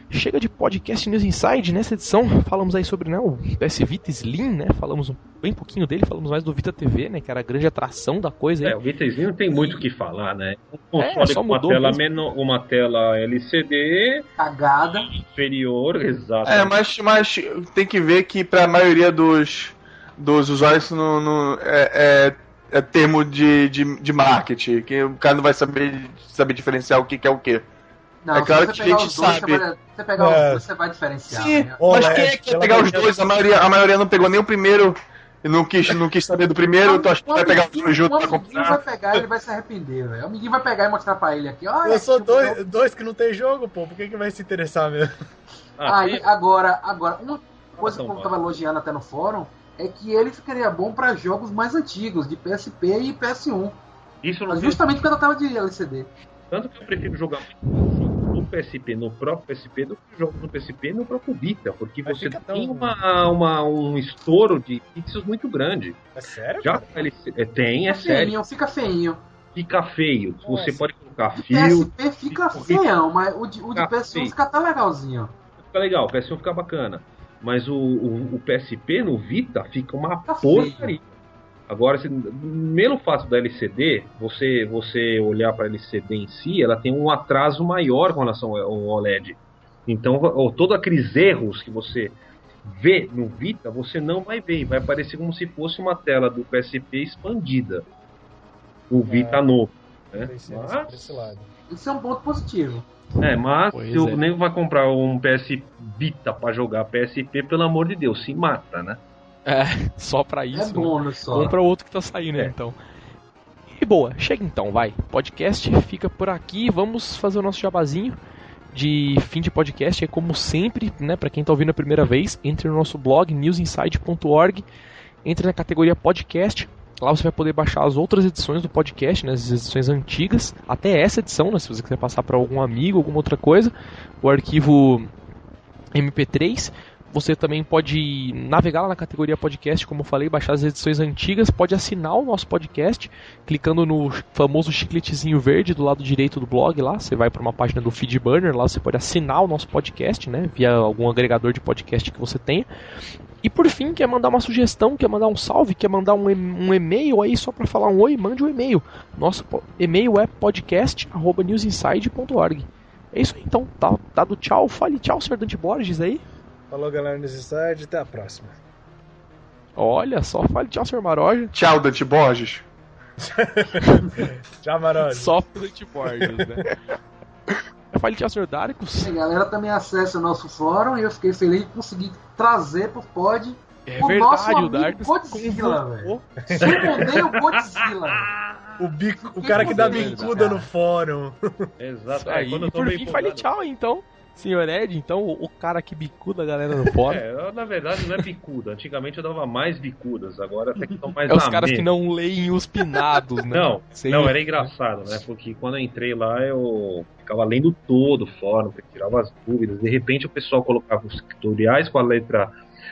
Chega de podcast News Inside. Nessa edição falamos aí sobre, né, o PS Vita Slim, né? Falamos bem pouquinho dele, falamos mais do Vita TV, né? Que era a grande atração da coisa aí. O Vita Slim não tem muito o que falar, né? Um console só com uma tela menor, uma tela LCD cagada, inferior, exato. Mas tem que ver que pra maioria dos usuários isso não é termo de marketing, que o cara não vai saber diferenciar o que é o que. Não, é claro que a gente sabe. Você pegar os dois, você vai diferenciar. Sim, né? mas quem é que quer pegar os dois? A maioria não pegou nem o primeiro e não quis saber do primeiro, então acho que vai pegar os dois juntos pra comprar. O amiguinho vai pegar e ele vai se arrepender, velho. O amiguinho vai pegar e mostrar pra ele aqui, olha. Eu sou dois que não tem jogo, pô, por que vai se interessar mesmo? Aí, agora, uma coisa que eu tava elogiando até no fórum é que ele ficaria bom pra jogos mais antigos, de PSP e PS1. Isso não justamente quando eu tava de LCD. Tanto que eu prefiro jogar no PSP, no próprio PSP, do que jogos no PSP no próprio Vita, porque você tem um estouro de pixels muito grande. É sério? Já tem, é sério. Fica feinho. Fica feio. Nossa. Você pode colocar fio. O PSP fica feião, mas o de PS1 fica até legalzinho. Fica legal, o PS1 fica bacana. Mas o PSP no Vita fica uma porcaria. Agora, pelo fato da LCD, você olhar para a LCD em si, ela tem um atraso maior com relação ao OLED. Então, todos aqueles erros que você vê no Vita, você não vai ver. Vai parecer como se fosse uma tela do PSP expandida. O Vita novo. Né? Isso é um ponto positivo. Mas se o nego vai comprar um PS Vita para jogar PSP, pelo amor de Deus, se mata, né? Só pra isso. É bônus só. Compra outro que tá saindo, então. E boa, chega então, vai. Podcast fica por aqui. Vamos fazer o nosso jabazinho de fim de podcast. É como sempre, né? Pra quem tá ouvindo a primeira vez, entre no nosso blog newsinside.org, entre na categoria podcast. Lá você vai poder baixar as outras edições do podcast, né, as edições antigas, até essa edição, né, se você quiser passar para algum amigo, alguma outra coisa, o arquivo MP3. Você também pode navegar lá na categoria podcast, como eu falei, baixar as edições antigas, pode assinar o nosso podcast, clicando no famoso chicletezinho verde do lado direito do blog lá, você vai para uma página do Feedburner, lá você pode assinar o nosso podcast, né, via algum agregador de podcast que você tenha. E por fim, quer mandar uma sugestão, quer mandar um salve, quer mandar um e-mail aí só para falar um oi, mande um e-mail. Nosso e-mail é podcast@newsinside.org. É isso aí, então, tá dado tchau, fale tchau, Sr. Dante Borges aí. Falou, galera, News Inside, até a próxima. Olha só, fale tchau, Sr. Maroja. Tchau, Dante Borges. Tchau, Maroja. Só pro Dante Borges, né? Fale tchau, Sr. Daricus. A galera também acessa o nosso fórum e eu fiquei feliz de conseguir trazer pro pod o verdade, nosso amigo o Daricus Godzilla, velho. Surpreendei o Godzilla. O cara que dá bicuda no fórum. Exato. Aí, e por fim, fale tchau, então. Senhor Ed, então, o cara que bicuda a galera no fórum. Na verdade não é bicuda. Antigamente eu dava mais bicudas, agora até que estão mais os caras que não leem os pinados, né? Não, era engraçado, né? Porque quando eu entrei lá, eu ficava lendo todo o fórum, tirava as dúvidas. De repente o pessoal colocava os tutoriais com a letra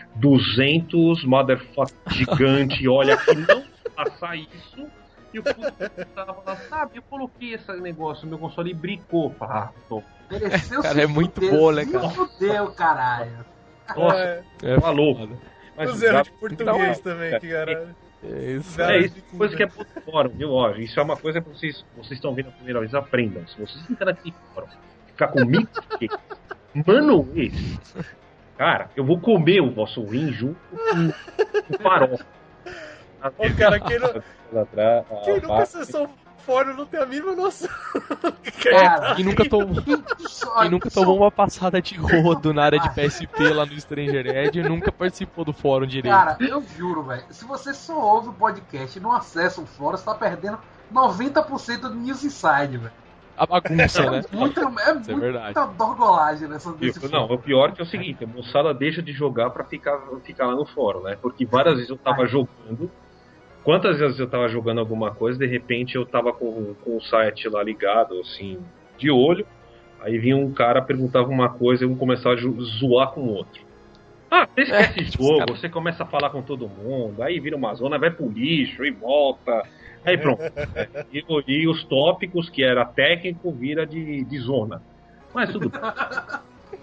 200, motherfucker gigante, olha que não passar isso. E o tava lá, sabe, eu coloquei esse negócio no meu console e bricou. Cara, é muito bom, né, cara? Fudeu, caralho. Nossa, maluco. Mas o zero de português também, que caralho. Isso coisa que é pro fórum, viu? Ó, isso é uma coisa que vocês estão vendo a primeira vez, aprendam. Se vocês ficarem aqui fora, ficar com mix, mano, cara, eu vou comer o vosso rim junto com o farofa. Ô, cara, quem nunca acessou o fórum não tem a mínima noção. Cara, quem nunca tomou uma passada de rodo na área de PSP lá no Stranger Edge nunca participou do fórum direito. Cara, eu juro, velho, se você só ouve o podcast e não acessa o fórum, você tá perdendo 90% do News Inside, velho. A bagunça, né? É muita dorgolagem nessa Não, o pior que é o seguinte, a moçada deixa de jogar pra ficar lá no fórum, né? Porque várias vezes eu tava jogando. Quantas vezes eu tava jogando alguma coisa, de repente eu tava com o site lá ligado, assim, de olho, aí vinha um cara, perguntava uma coisa e um começava a zoar com o outro. Você esquece esse jogo, você começa a falar com todo mundo, aí vira uma zona, vai pro lixo e volta, aí pronto. E os tópicos, que era técnico, vira de zona. Mas tudo bem.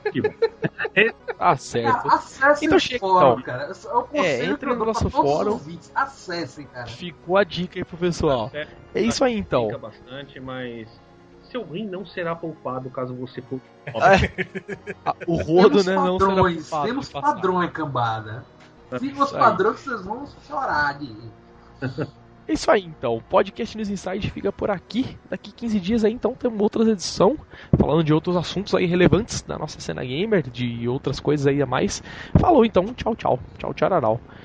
Que bom. Tá certo. Cara, acessem Então o chega, fórum, então. cara. Eu conselho Entre que eu no dou nosso pra todos os fórum. ouvintes. Acessem, cara. Ficou a dica aí pro pessoal. É isso aí, então. Fica bastante, mas seu rim não será poupado caso você poupe. O rodo, Temos né, não será padrões, culpado temos de passar. padrões, cambada. Siga os Isso aí. padrões que vocês vão chorar de rir. É isso aí, então. O podcast News Inside fica por aqui. Daqui 15 dias aí, então, temos outra edição falando de outros assuntos aí relevantes da nossa cena gamer, de outras coisas aí a mais. Falou, então. Tchau, tchau. Tchau, tchau,